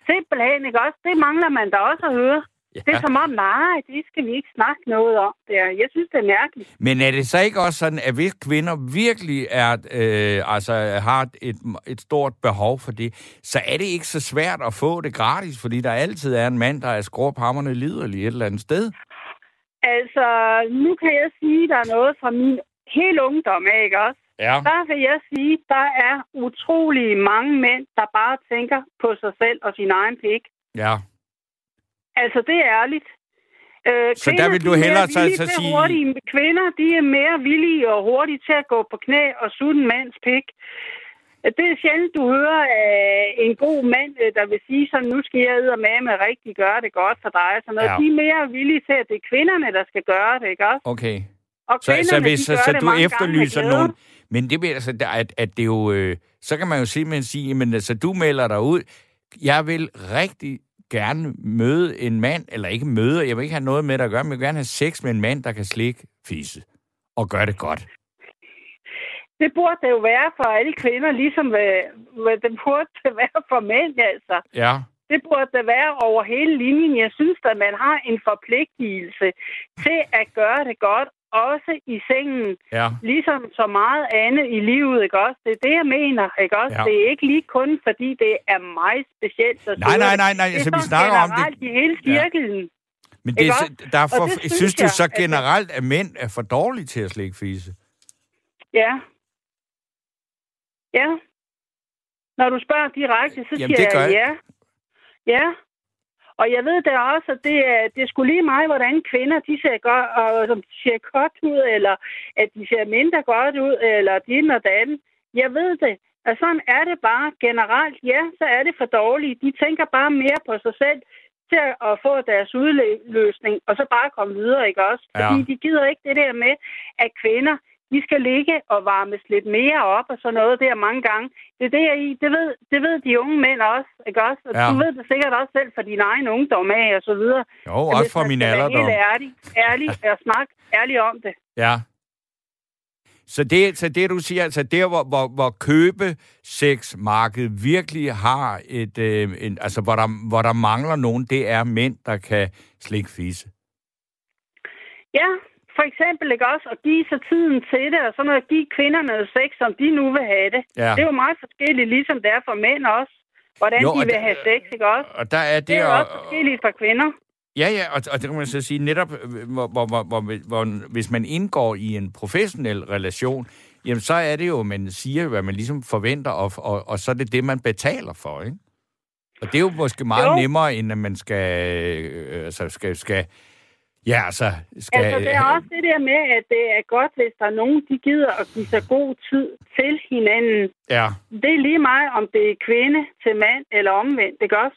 Simpelthen, ikke også? Det mangler man da også at høre. Ja. Det er som om, nej, det skal vi ikke snakke noget om. Det er, jeg synes, det er mærkeligt. Men er det så ikke også sådan, at hvis kvinder virkelig er, øh, altså, har et, et stort behov for det, så er det ikke så svært at få det gratis, fordi der altid er en mand, der er skråphammerne liderlig et eller andet sted? Altså, nu kan jeg sige, der er noget fra min hele ungdom, ikke også? Ja. Der vil jeg sige, der er utrolig mange mænd, der bare tænker på sig selv og sin egen pik. Ja. Altså, det er ærligt. Øh, så der vil du hellere så, så sige... Hurtige. Kvinder, de er mere villige og hurtige til at gå på knæ og sutte en mands pik. Det er sjældent, du hører af en god mand, der vil sige sådan, nu skal jeg eddermame rigtig gøre det godt for dig. Sådan noget. Ja. De er mere villige til, at det er kvinderne, der skal gøre det, ikke også? Okay. Og så, så, hvis, så, så du efterlyser nogen... Men det vil altså, at, at det jo... Øh, så kan man jo simpelthen sige, men altså, du melder dig ud. Jeg vil rigtig gerne møde en mand, eller ikke møde, jeg vil ikke have noget med det at gøre, men jeg vil gerne have sex med en mand, der kan slikke fisse og gøre det godt. Det burde det jo være for alle kvinder, ligesom hvad, hvad det burde det være for mænd, altså. Ja. Det burde det være over hele linjen. Jeg synes, at man har en forpligtelse til at gøre det godt, også i sengen. Ja. Ligesom så meget andet i livet, ikke også? Det er det, jeg mener, ikke også? Ja. Det er ikke lige kun, fordi det er meget specielt. Nej, nej, nej, nej, nej. Altså, vi snakker om det. Det er i hele cirklen. Ja. Men det, derfor, det synes, synes du så generelt, at mænd er for dårlige til at slikke fisse? Ja. Ja. Når du spørger direkte, så Jamen, siger jeg, jeg ja. Ja. Og jeg ved da også, at det er, det er sgu lige mig, hvordan kvinder, de ser godt, og, som de ser godt ud, eller at de ser mindre godt ud, eller din og den. Jeg ved det. Og sådan er det bare generelt. Ja, så er det for dårligt. De tænker bare mere på sig selv til at få deres udløsning, og så bare komme videre, ikke også? Ja. Fordi de gider ikke det der med, at kvinder, de skal ligge og varmes lidt mere op og sådan noget der mange gange. Det er det, jeg i. Det ved, det ved de unge mænd også, ikke også? Og ja. Du ved det sikkert også selv for din egen ungdom af og så videre. Jo, også fra min alderdom. Helt ærlig, ærlig og snakke ærligt om det. Ja. Så det, så det du siger, altså der, hvor, hvor, hvor købesexmarkedet virkelig har et, øh, en, altså hvor der, hvor der mangler nogen, det er mænd, der kan slikke fisse. Ja, for eksempel ikke også at give sig tiden til det, og sådan at give kvinderne noget sex, som de nu vil have det. Ja. Det er jo meget forskelligt, ligesom det er for mænd også, hvordan jo, de vil der, have sex, ikke også? Og der er det, det er og, også forskelligt for kvinder. Ja, ja, og, og det kan man så sige, netop hvor, hvor, hvor, hvor, hvor, hvis man indgår i en professionel relation, jamen så er det jo, man siger, hvad man ligesom forventer, og, og, og så er det det, man betaler for, ikke? Og det er jo måske meget jo. nemmere, end at man skal, øh, altså skal, skal ja, altså... Skal, altså, det er også det der med, at det er godt, hvis der er nogen, de gider at give sig god tid til hinanden. Ja. Det er lige meget, om det er kvinde til mand eller omvendt, ikke også?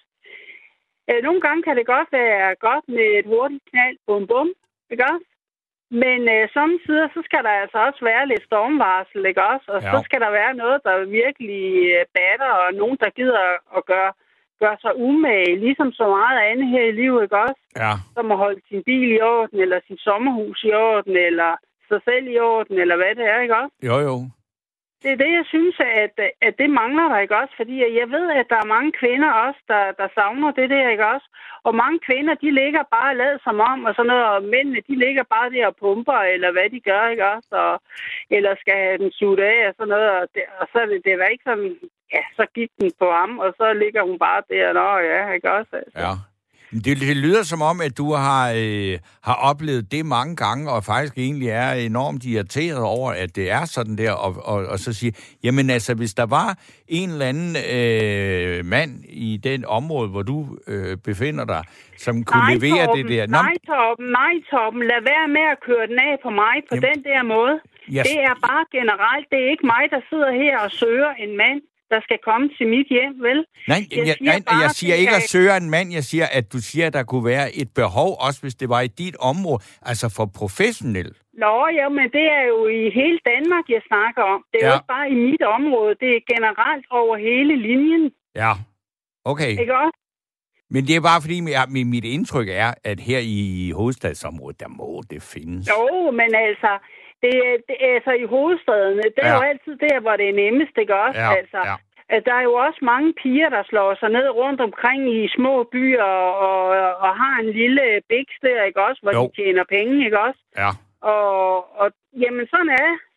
Nogle gange kan det godt være godt med et hurtigt knald, bum bum, ikke også? Men øh, samtidig så skal der altså også være lidt stormvarsel, ikke også? Og ja. Så skal der være noget, der virkelig batter, og nogen, der gider at gøre, gøre sig umage, ligesom så meget andet her i livet, ikke også? Ja. Som at holde sin bil i orden, eller sit sommerhus i orden, eller sig selv i orden, eller hvad det er, ikke også? Jo, jo. Det er det, jeg synes, at, at det mangler der, ikke også? Fordi jeg ved, at der er mange kvinder også, der, der savner det der, ikke også? Og mange kvinder, de ligger bare og lader som om, og sådan noget, og mændene, de ligger bare der og pumper, eller hvad de gør, ikke også? Og, eller skal have den suget af, og sådan noget, og, det, og så er det, det var ikke sådan, ja, så gik den på ham, og så ligger hun bare der, nå ja, ikke også? Altså. Ja. Det, det lyder som om, at du har, øh, har oplevet det mange gange, og faktisk egentlig er enormt irriteret over, at det er sådan der, og, og, og så sige, jamen altså, hvis der var en eller anden øh, mand i den område, hvor du øh, befinder dig, som kunne nej, levere Torben, det der... Nej, Torben, nej, Torben, lad være med at køre den af på mig på jamen, den der måde. Yes. Det er bare generelt, det er ikke mig, der sidder her og søger en mand, der skal komme til mit hjem, vel? Nej, jeg, jeg, siger, jeg, bare, jeg siger ikke at søge en mand. Jeg siger, at du siger, at der kunne være et behov, også hvis det var i dit område, altså for professionel. Nå, ja, men det er jo i hele Danmark, jeg snakker om. Det er ja. jo ikke bare i mit område. Det er generelt over hele linjen. Ja, okay. Ikke også? Men det er bare fordi, mit, mit indtryk er, at her i hovedstadsområdet, der må det findes. Jo, men altså... Det, det er altså i hovedstaden. Det er ja. jo altid der, hvor det er nemmest, ikke også? Ja, altså, ja. at der er jo også mange piger, der slår sig ned rundt omkring i små byer og, og har en lille biks der, ikke også, hvor jo. de tjener penge, ikke også? Ja. Og, og jamen, sådan er det.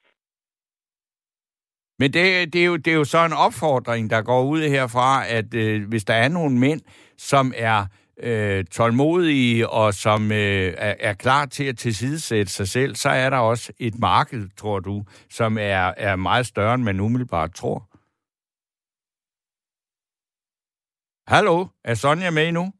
Men det, det, er jo, det er jo så en opfordring, der går ud herfra, at øh, hvis der er nogle mænd, som er øh, tålmodige og som øh, er, er klar til at tilsidesætte sig selv, så er der også et marked, tror du, som er, er meget større, end man umiddelbart tror. Hallo, er Sonja med nu?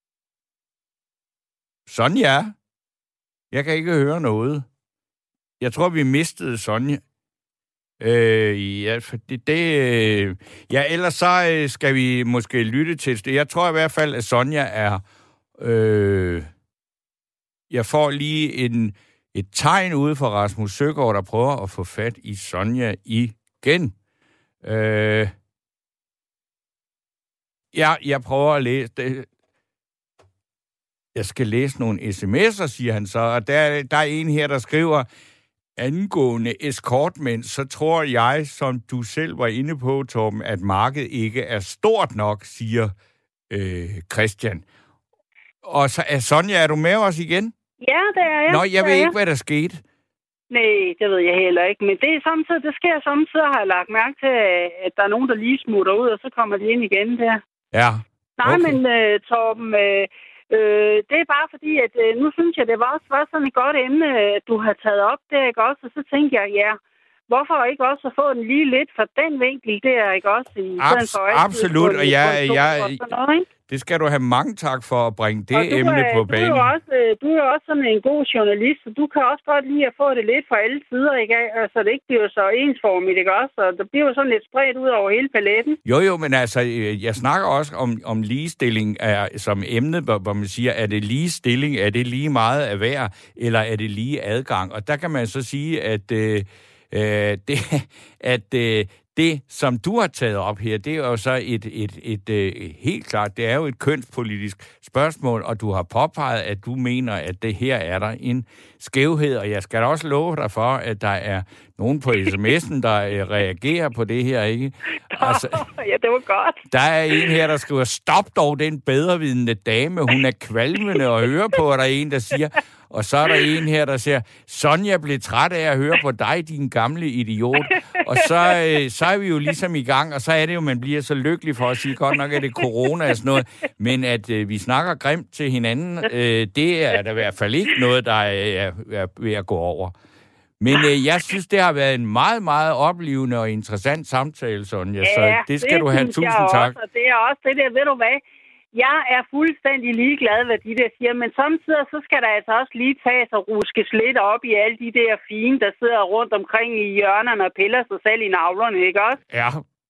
Sonja? Jeg kan ikke høre noget. Jeg tror, vi mistede Sonja. Øh, ja, for det, det øh, ja, ellers så øh, skal vi måske lytte til det. Jeg tror i hvert fald, at Sonja er... Øh, jeg får lige en, et tegn ude fra Rasmus Søgaard, der prøver at få fat i Sonja igen. Øh, ja, jeg prøver at læse det. Jeg skal læse nogle sms'er, siger han så, og der, der er en her, der skriver... Angående escortmænd, så tror jeg, som du selv var inde på, Torben, at markedet ikke er stort nok, siger øh, Christian. Og så er Sonja, er du med os igen? Ja, det er jeg. Nå, jeg ved ja, ikke, hvad der skete. Nej, det ved jeg heller ikke. Men det er samtidig, det sker samtidig, har jeg lagt mærke til, at der er nogen, der lige smutter ud, og så kommer de ind igen der. Ja. Nej, okay. men uh, Torben... Uh, Øh, det er bare fordi, at øh, nu synes jeg, det var også var sådan et godt emne, du har taget op der, ikke også? Og så tænker jeg, ja, hvorfor ikke også at få den lige lidt fra den vinkel der, ikke også? I Abs- for absolut, og jeg... jeg, jeg det skal du have mange tak for at bringe det emne er, på banen. Du er, også, du er også sådan en god journalist, så du kan også godt lide at få det lidt fra alle sider, ikke? Altså, det ikke bliver så ensformigt, ikke også? Og det bliver jo sådan lidt spredt ud over hele paletten. Jo, jo, men altså, jeg snakker også om, om ligestilling er, som emne, hvor, hvor man siger, er det ligestilling, er det lige meget af hver, eller er det lige adgang? Og der kan man så sige, at... Øh, øh, det, at øh, det, som du har taget op her, det er jo så et, et, et, et helt klart, det er jo et kønspolitisk spørgsmål, og du har påpeget, at du mener, at det her er der en skævhed, og jeg skal da også love dig for, at der er nogen på sms'en, der reagerer på det her, ikke? Altså, ja, det var godt. Der er en her, der skriver, stop dog den bedrevidende dame, hun er kvalmende at høre på, og der er en, der siger... Og så er der en her, der siger, Sonja blev træt af at høre på dig, din gamle idiot. Og så, øh, så er vi jo ligesom i gang, og så er det jo, man bliver så lykkelig for at sige, godt nok er det corona og sådan noget, men at øh, vi snakker grimt til hinanden, øh, det er der i hvert fald ikke noget, der er, er ved at gå over. Men øh, jeg synes, det har været en meget, meget oplevende og interessant samtale, Sonja, ja, så det skal det du have tusind tak. Også, og det er også det der, ved du hvad? Jeg er fuldstændig ligeglad, hvad de der siger, men samtidig så skal der altså også lige tages og ruskes lidt op i alle de der fine, der sidder rundt omkring i hjørnerne og piller sig selv i navlerne, ikke også? Ja.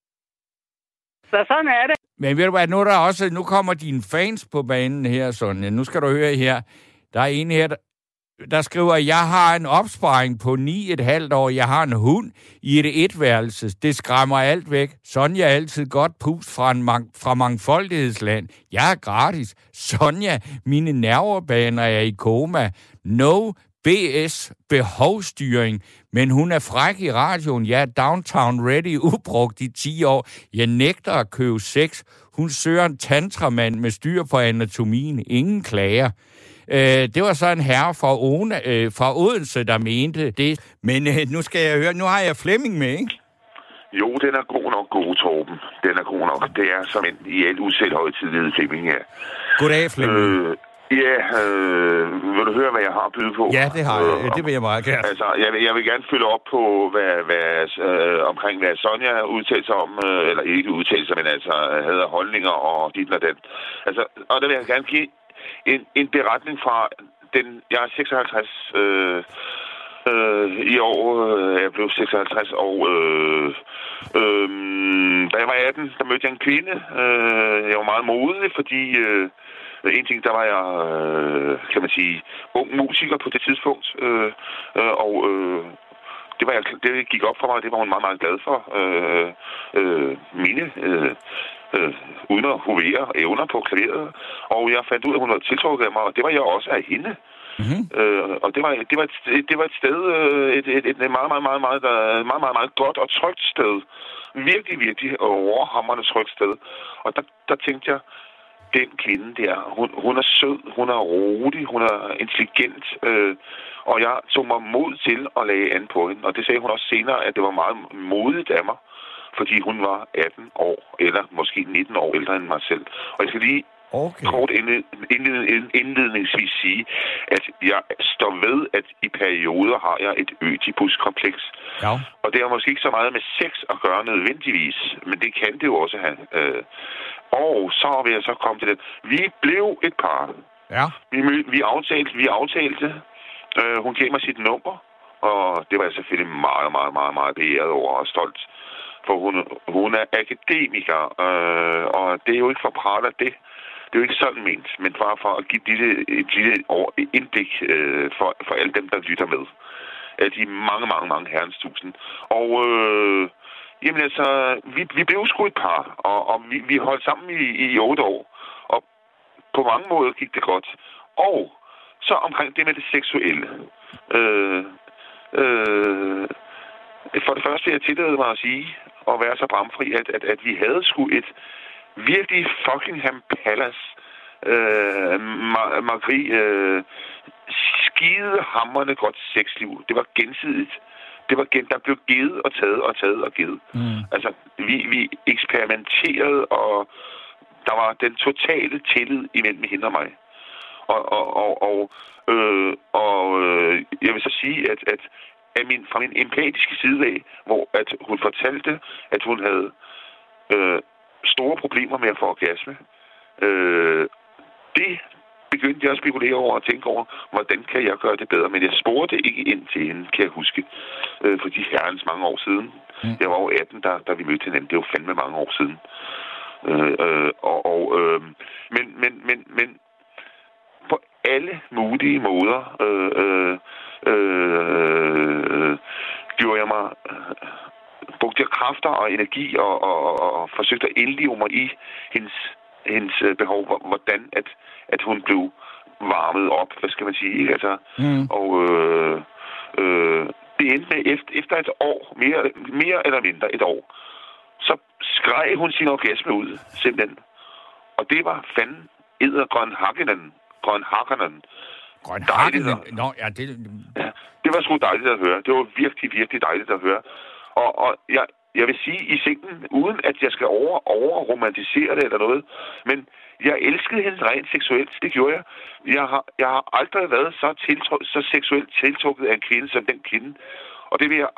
Så sådan er det. Men ved du hvad, nu, er der også, nu kommer dine fans på banen her, Sonja. Nu skal du høre her. Der er en her, der, der skriver, jeg har en opsparing på ni et halvt år. Jeg har en hund i et etværelse. Det skræmmer alt væk. Sonja er altid godt pust fra, en mang- fra mangfoldighedsland. Jeg er gratis. Sonja, mine nervebaner er i koma. No B S behovsstyring. Men hun er fræk i radioen. Jeg er downtown ready, ubrugt i ti år. Jeg nægter at købe sex. Hun søger en tantramand med styr på anatomien. Ingen klager. Øh, det var så en herre fra, One, øh, fra Odense, der mente det. Men øh, nu skal jeg høre, nu har jeg Flemming med, ikke? Jo, den er god nok, god, Torben. Den er god nok. Det er som en i alt udsæt højtidlighed Flemming her. Goddag, Flemming. Øh, ja, øh, vil du høre, hvad jeg har at byde på? Ja, det har jeg. Øh, det vil jeg meget gerne. Altså, jeg vil, jeg vil gerne følge op på, hvad, hvad, øh, omkring hvad Sonja udtalte sig om, øh, eller ikke udtalte sig, men altså havde holdninger og dit og den. Altså, og der vil jeg gerne give En, en beretning fra den... Jeg er seksoghalvtreds øh, øh, i år. Øh, jeg blev seksoghalvtreds, og øh, øh, da jeg var atten, der mødte jeg en kvinde. Øh, jeg var meget modig, fordi... Øh, en ting, der var jeg, øh, kan man sige, ung musiker på det tidspunkt. Øh, øh, og... Øh, Det, var jeg, det gik op for mig, og det var hun meget, meget glad for. Øh, øh, mine, øh, øh, uden at hovere evner på klaveret. Og jeg fandt ud af, at hun var tiltrukket af mig, og det var jeg også af hende. Mm-hmm. Øh, og det var, det var, et, det var et sted, et, et, et meget, meget, meget, meget, meget, meget, meget, meget godt og trygt sted. Virkelig, virkelig overhamrende trygt sted. Og der, der tænkte jeg, den kvinde der, hun, hun er sød, hun er rolig, hun er intelligent, øh, og jeg tog mig mod til at lagde an på hende. Og det sagde hun også senere, at det var meget modigt af mig, fordi hun var atten år, eller måske nitten år ældre end mig selv. Og jeg skal lige okay. kort indledningsvis sige, at jeg står ved, at i perioder har jeg et ødipuskompleks. Ja. Og det har måske ikke så meget med sex at gøre nødvendigvis, men det kan det jo også have. Øh, Og så vil jeg så komme til det. Vi blev et par. Ja. Vi, vi aftalte, vi aftalte. Øh, hun gav mig sit nummer, og det var jeg selvfølgelig meget, meget, meget, meget beæret over og stolt. For hun, hun er akademiker, øh, og det er jo ikke for prat af det. Det er jo ikke sådan ment, men bare for at give et lille, et lille indblik øh, for, for alle dem, der lytter med. Af de mange, mange, mange herrens tusind. Og øh, jamen altså, vi, vi blev sgu et par, og, og vi, vi holdt sammen i, i otte år. Og på mange måder gik det godt. Og så omkring det med det seksuelle. Øh, øh, for det første vil jeg tillade mig at sige, og være så bramfri, at, at, at vi havde sgu et virkelig Buckingham Palace, øh, Margrie, øh, skidehamrende godt sexliv. Det var gensidigt. Det var gen, der blev givet og taget og taget og givet. Mm. Altså, vi, vi eksperimenterede, og der var den totale tillid imellem hende og mig. Og, og, og, og, øh, og øh, jeg vil så sige, at, at, at min, fra min empatiske side af, hvor at hun fortalte, at hun havde øh, store problemer med at få orgasme, øh, det begyndte jeg at spekulere over og tænke over, hvordan kan jeg gøre det bedre. Men jeg spurgte ikke ind til hende, kan jeg huske, øh, for de herrens mange år siden. Mm. Jeg var jo atten, da, da vi mødte hinanden. Det var fandme mange år siden. Øh, øh, og, og, øh, men, men, men, men på alle mulige måder øh, øh, øh, gjorde jeg mig... Øh, brugte jeg kræfter og energi og, og, og, og forsøgte at indleve mig i hendes, hendes behov, hvordan at, at hun blev varmet op, hvad skal man sige, ikke? Altså, mm. og øh, øh, det endte med, efter, efter et år, mere, mere eller mindre et år, så skreg hun sin orgasme ud, simpelthen. Og det var fanden edder grøn hakkenen, grøn hakkenen. Grøn hakkenen? Nå, ja, det... Ja, det var sgu dejligt at høre. Det var virkelig, virkelig dejligt at høre. Og, og jeg, jeg vil sige i sengen, uden at jeg skal over, over-romantisere det eller noget, men jeg elskede hende rent seksuelt. Det gjorde jeg. Jeg har, jeg har aldrig været så, tiltru- så seksuelt tiltrukket af en kvinde som den kvinde. Og det vil jeg...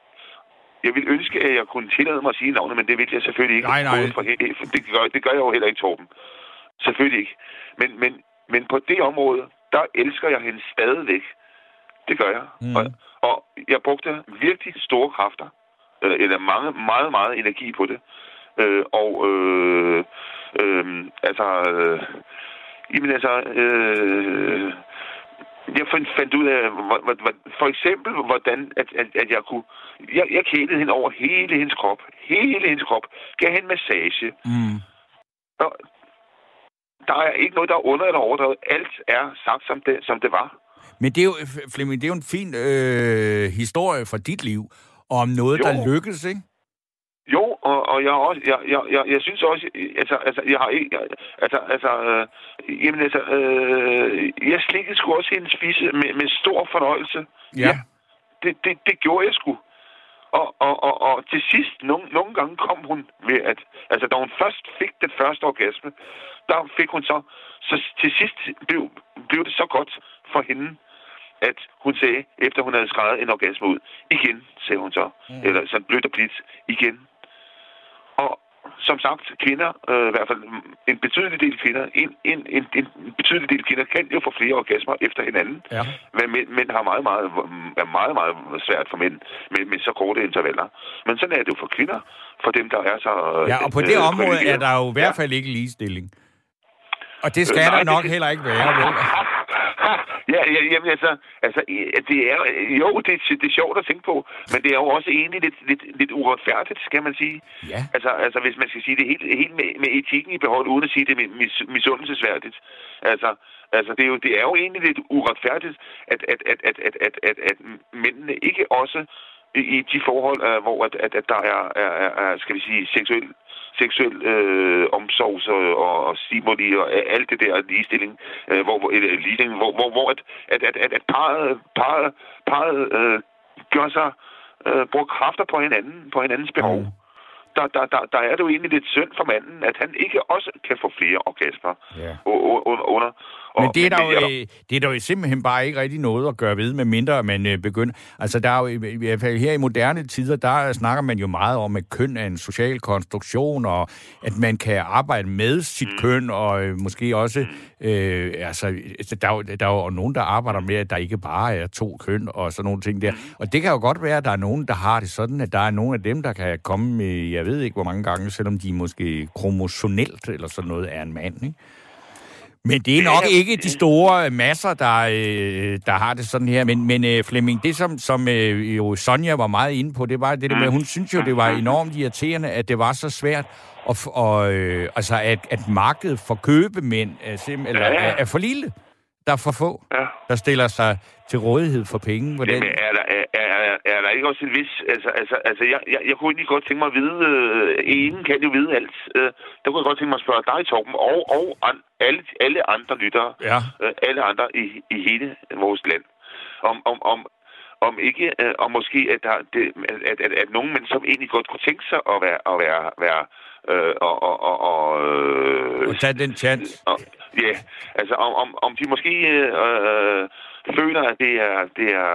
Jeg vil ønske, at jeg kunne tillade mig at sige navnet, men det vil jeg selvfølgelig ikke. Nej, nej. For, det, gør, det gør jeg jo heller ikke, Torben. Selvfølgelig ikke. Men, men, men på det område, der elsker jeg hende stadigvæk. Det gør jeg. Mm. Og, og jeg brugte virkelig store kræfter. Eller mange, meget, meget energi på det. Øh, og øh, øh, altså... Øh, jamen altså... Øh, jeg fandt ud af, for eksempel, hvordan at, at, at jeg kunne... Jeg, jeg kælede hende over hele hendes krop. Hele hendes krop. Gav hende massage. Mm. Og der er ikke noget, der er under eller overdrevet. Alt er sagt, som det, som det var. Men det er jo, Flemming, det er jo en fin øh, historie fra dit liv, om noget, jo. der lykkes, ikke? Jo, og, og jeg også, jeg, jeg, jeg, jeg synes også, altså, altså, jeg har ikke, altså, altså, øh, jamen, altså, øh, jeg slikkede sgu også hendes spise med, med stor fornøjelse. Ja. ja det, det, det gjorde jeg sgu. Og, og, og, og til sidst, nogle, nogle gange kom hun ved at, altså, da hun først fik den første orgasme, der fik hun så, så til sidst blev, blev det så godt for hende, at hun sagde, efter hun havde skrevet en orgasme ud, igen, sagde hun så, mm. eller sådan blødt og blidt, igen. Og som sagt, kvinder, øh, i hvert fald en betydelig del kvinder, en, en, en, en betydelig del kvinder kan jo få flere orgasmer efter hinanden, ja. Men mænd, mænd har meget, meget, er meget, meget svært for mænd med, med så korte intervaller. Men sådan er det jo for kvinder, for dem, der er så... Ja, og på det øh, område er der jo i hvert fald ikke ligestilling. Og det skal øh, nej, der nok det, heller ikke være, vel? Ja, ja, jamen altså, altså det er, jo, det, det er sjovt at tænke på, men det er jo også egentlig lidt, lidt, lidt uretfærdigt, skal man sige. Ja. Altså, altså hvis man skal sige det helt, helt med, med etikken i behold, uden at sige det mis, misundelsesværdigt. Altså, altså det, er jo, det er jo egentlig lidt uretfærdigt, at, at, at, at, at, at, at, at mændene ikke også i de forhold, uh, hvor at, at, at der er, er, er, skal vi sige, seksuel, seksuel øh, omsorgs- og, og stimuli og alt det der ligestilling, øh, hvor, hvor, ligestilling, hvor, hvor, hvor at, at, at, at, at parret, parret, parret øh, gør sig, øh, bruger kræfter på hinanden, på hinandens behov. Mm. Der, der, der, der er det jo egentlig lidt synd for manden, at han ikke også kan få flere orgasmer yeah. under. under Men det er, der jo, øh, det er der jo simpelthen bare ikke rigtig noget at gøre ved, med mindre man øh, begynder. Altså, der er jo i hvert fald her i moderne tider, der snakker man jo meget om, at køn er en social konstruktion, og at man kan arbejde med sit mm. køn, og øh, måske også, øh, altså, der er, jo, der er jo nogen, der arbejder med, at der ikke bare er to køn, og sådan nogle ting der. Og det kan jo godt være, at der er nogen, der har det sådan, at der er nogen af dem, der kan komme med, jeg ved ikke hvor mange gange, selvom de måske kromosonelt eller sådan noget er en mand, ikke? Men det er nok ikke de store masser, der, øh, der har det sådan her. Men, men øh, Flemming, det som, som øh, jo Sonja var meget inde på, det var det der med, hun synes jo, det var enormt irriterende, at det var så svært, at, og, øh, altså at, at markedet for købemænd er, sim, eller, er, er for lille. Der er for få, ja. Der stiller sig til rådighed for penge. Hvordan... Jamen, er, der, er, er, er der ikke også en vis... Altså, altså, altså jeg, jeg, jeg kunne egentlig godt tænke mig at vide... Øh, ingen kan jo vide alt. Øh, der kunne jeg godt tænke mig at spørge dig, Torben, og, og an, alle, alle andre lyttere, ja. øh, alle andre i, i hele vores land, om, om, om, om ikke... Øh, om måske, at, der, det, at, at, at nogle mennesker, som egentlig godt kunne tænke sig at være... At være, være øh, og, og, og, og, øh, og tage den chance. Og, ja, yeah. altså om, om, om de måske øh, føler, at det er, det er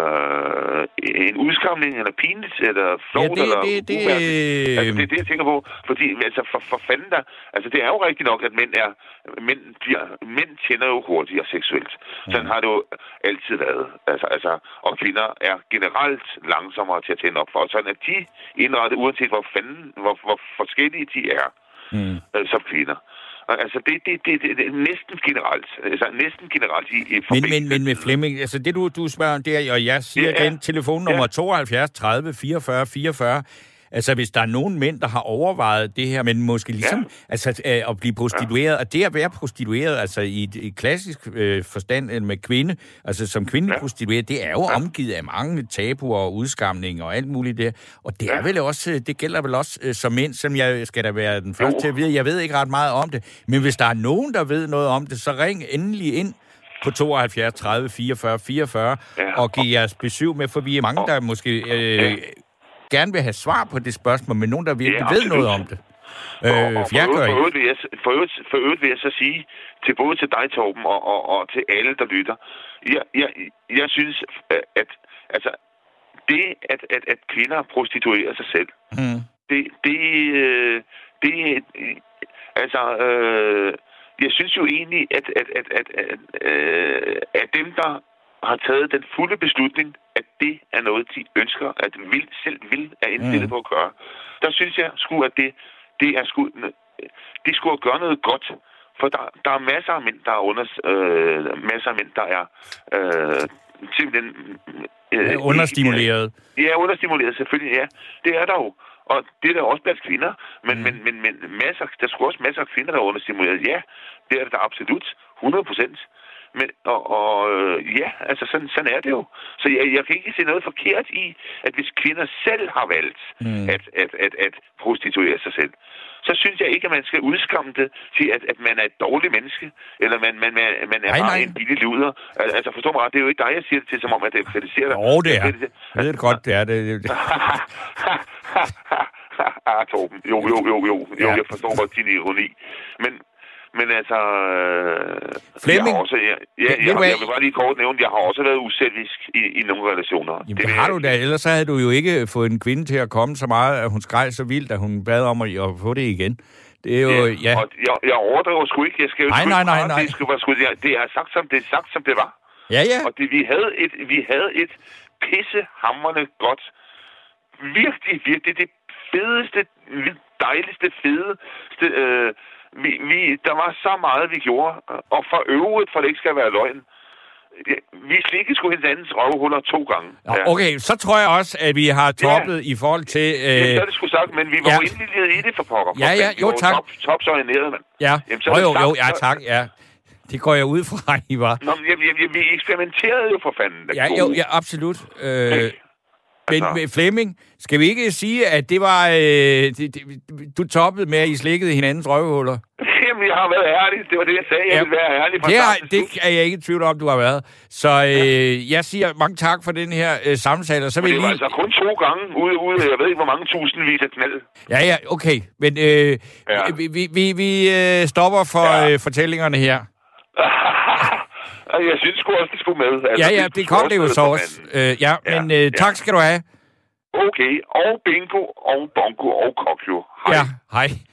øh, en udskamning, eller pinligt, eller flot, ja, det, eller det, det, uværdigt. Altså, det er det, jeg tænker på. Fordi, altså, for, for fanden der, altså, det er jo rigtigt nok, at mænd er, mænd, bliver, mænd tænder jo hurtigere seksuelt. Mm. Sådan har det jo altid været. Altså, altså, og kvinder er generelt langsommere til at tænde op for. Sådan at de indrettet, uanset hvor fanden, hvor, hvor forskellige de er, mm. øh, som kvinder. Altså, det, det, det, det, det er næsten generelt. Altså, næsten generelt i, i men, men, men med Flemming, altså det du, du spørger om, det er, og jeg siger igen, ja, telefonnummer ja. tooghalvfjerds tredive fireogfyrre fireogfyrre. Altså, hvis der er nogen mænd, der har overvejet det her, men måske ligesom ja. altså, at blive prostitueret, og det at være prostitueret, altså i, i klassisk øh, forstand med kvinde, altså som kvindelig ja. prostitueret, det er jo ja. omgivet af mange tabuer og udskamninger og alt muligt der. Og det er ja. vel også, det gælder vel også øh, som mænd, som jeg skal da være den første jo. til at vide. Jeg ved ikke ret meget om det, men hvis der er nogen, der ved noget om det, så ring endelig ind på tooghalvfjerds tredive fireogfyrre fireogfyrre ja. og giv jeres besøg med, for vi er mange, der måske... Øh, ja. gerne vil have svar på det spørgsmål, men nogen, der virkelig ja, ved noget om det. Øh, og, og for, øvrigt, for, øvrigt vil jeg, for, øvrigt, for øvrigt vil jeg så sige, til både til dig, Torben, og, og, og til alle, der lytter, jeg, jeg, jeg synes, at altså, det, at, at, at kvinder prostituerer sig selv, mm. det, det, det, altså, øh, jeg synes jo egentlig, at, at, at, at, at, at, at dem, der har taget den fulde beslutning, at det er noget, de ønsker, at vil, selv vil er indstillet mm. på at gøre. Der synes jeg sgu, at det, det er sgu, de skulle gøre noget godt. For der, der er masser af mænd, der er under, øh, masser af mænd, der er øh, simpelthen... Øh, ja, understimuleret. Ja, understimuleret, selvfølgelig, ja. Det er der jo. Og det er der også blandt kvinder. Men, mm. men, men, men masser, der er sgu også masser af kvinder, der er understimuleret. Ja, det er der absolut. hundrede procent. Men, og, og ja, altså sådan, sådan er det jo. Så jeg, jeg kan ikke se noget forkert i, at hvis kvinder selv har valgt mm. at, at, at, at prostituere sig selv, så synes jeg ikke, at man skal udskamme det til, at, at man er et dårligt menneske, eller man, man, man, man er nej, bare nej. en billig luder. Altså forstå mig ret, det er jo ikke dig, jeg siger det til, som om, at det kritiserer dig. Jo, det er. Jeg ved det godt, det er det. ah, Torben. Jo, jo, jo, jo. jo ja. Jeg forstår godt din ironi. Men Men altså... Flemming? Jeg, også, jeg, jeg, jeg, jeg, jeg vil bare lige kort nævne, jeg har også været uselvisk i, i nogle relationer. Jamen, det har du da. Ellers så havde du jo ikke fået en kvinde til at komme så meget, at hun skreg så vildt, at hun bad om at, at få det igen. Det er jo... Ja, ja. Og jeg, jeg overdriver sgu ikke. Jeg skal jo nej, nej, nej, nej. Det, sgu, sgu, det, det er sagt som det er sagt, som det var. Ja, ja. Og det, vi havde et, vi havde et pissehamrende godt, virkelig, virkelig det fedeste, dejligste, fedeste... Øh, Vi, vi, der var så meget, vi gjorde. Og for øvrigt, for det ikke skal være løgn, vi slikkede sgu hinandens røvhuller to gange. Ja. Okay, så tror jeg også, at vi har toppet ja. i forhold til... Øh... Ja, så er det sgu sagt, men vi var ja. jo indvildet i det for pokker. Ja, ja, jo tak. Top, topsøjneret, mand. Ja, Jamen, så jo, jo, jo, ja, tak, ja. Det går jeg ud fra, I var. Nå, men, jeg, jeg, vi eksperimenterede jo for fanden. Ja, jo, ja, absolut. Øh... Men altså. Flemming, skal vi ikke sige, at det var... Øh, det, det, du toppede med, at I slikkede hinandens røvhuller? Jamen, jeg har været ærlig. Det var det, jeg sagde. Jeg ja. vil være ærlig fra det, har, det er jeg ikke i tvivl om, du har været. Så øh, ja. jeg siger mange tak for den her øh, samtale. Så vil det var lige... altså kun to gange ude, ude. Jeg ved ikke, hvor mange tusindvis af knald. Ja, ja, okay. Men øh, ja. vi, vi, vi, vi øh, stopper for ja. øh, fortællingerne her. Jeg synes sgu også, det skulle med. Altså, ja, ja, det kom det jo så også. Øh, ja, ja, men øh, tak skal du have. Okay, og bingo, og bongo, og kokjo. Hej. Ja, hej.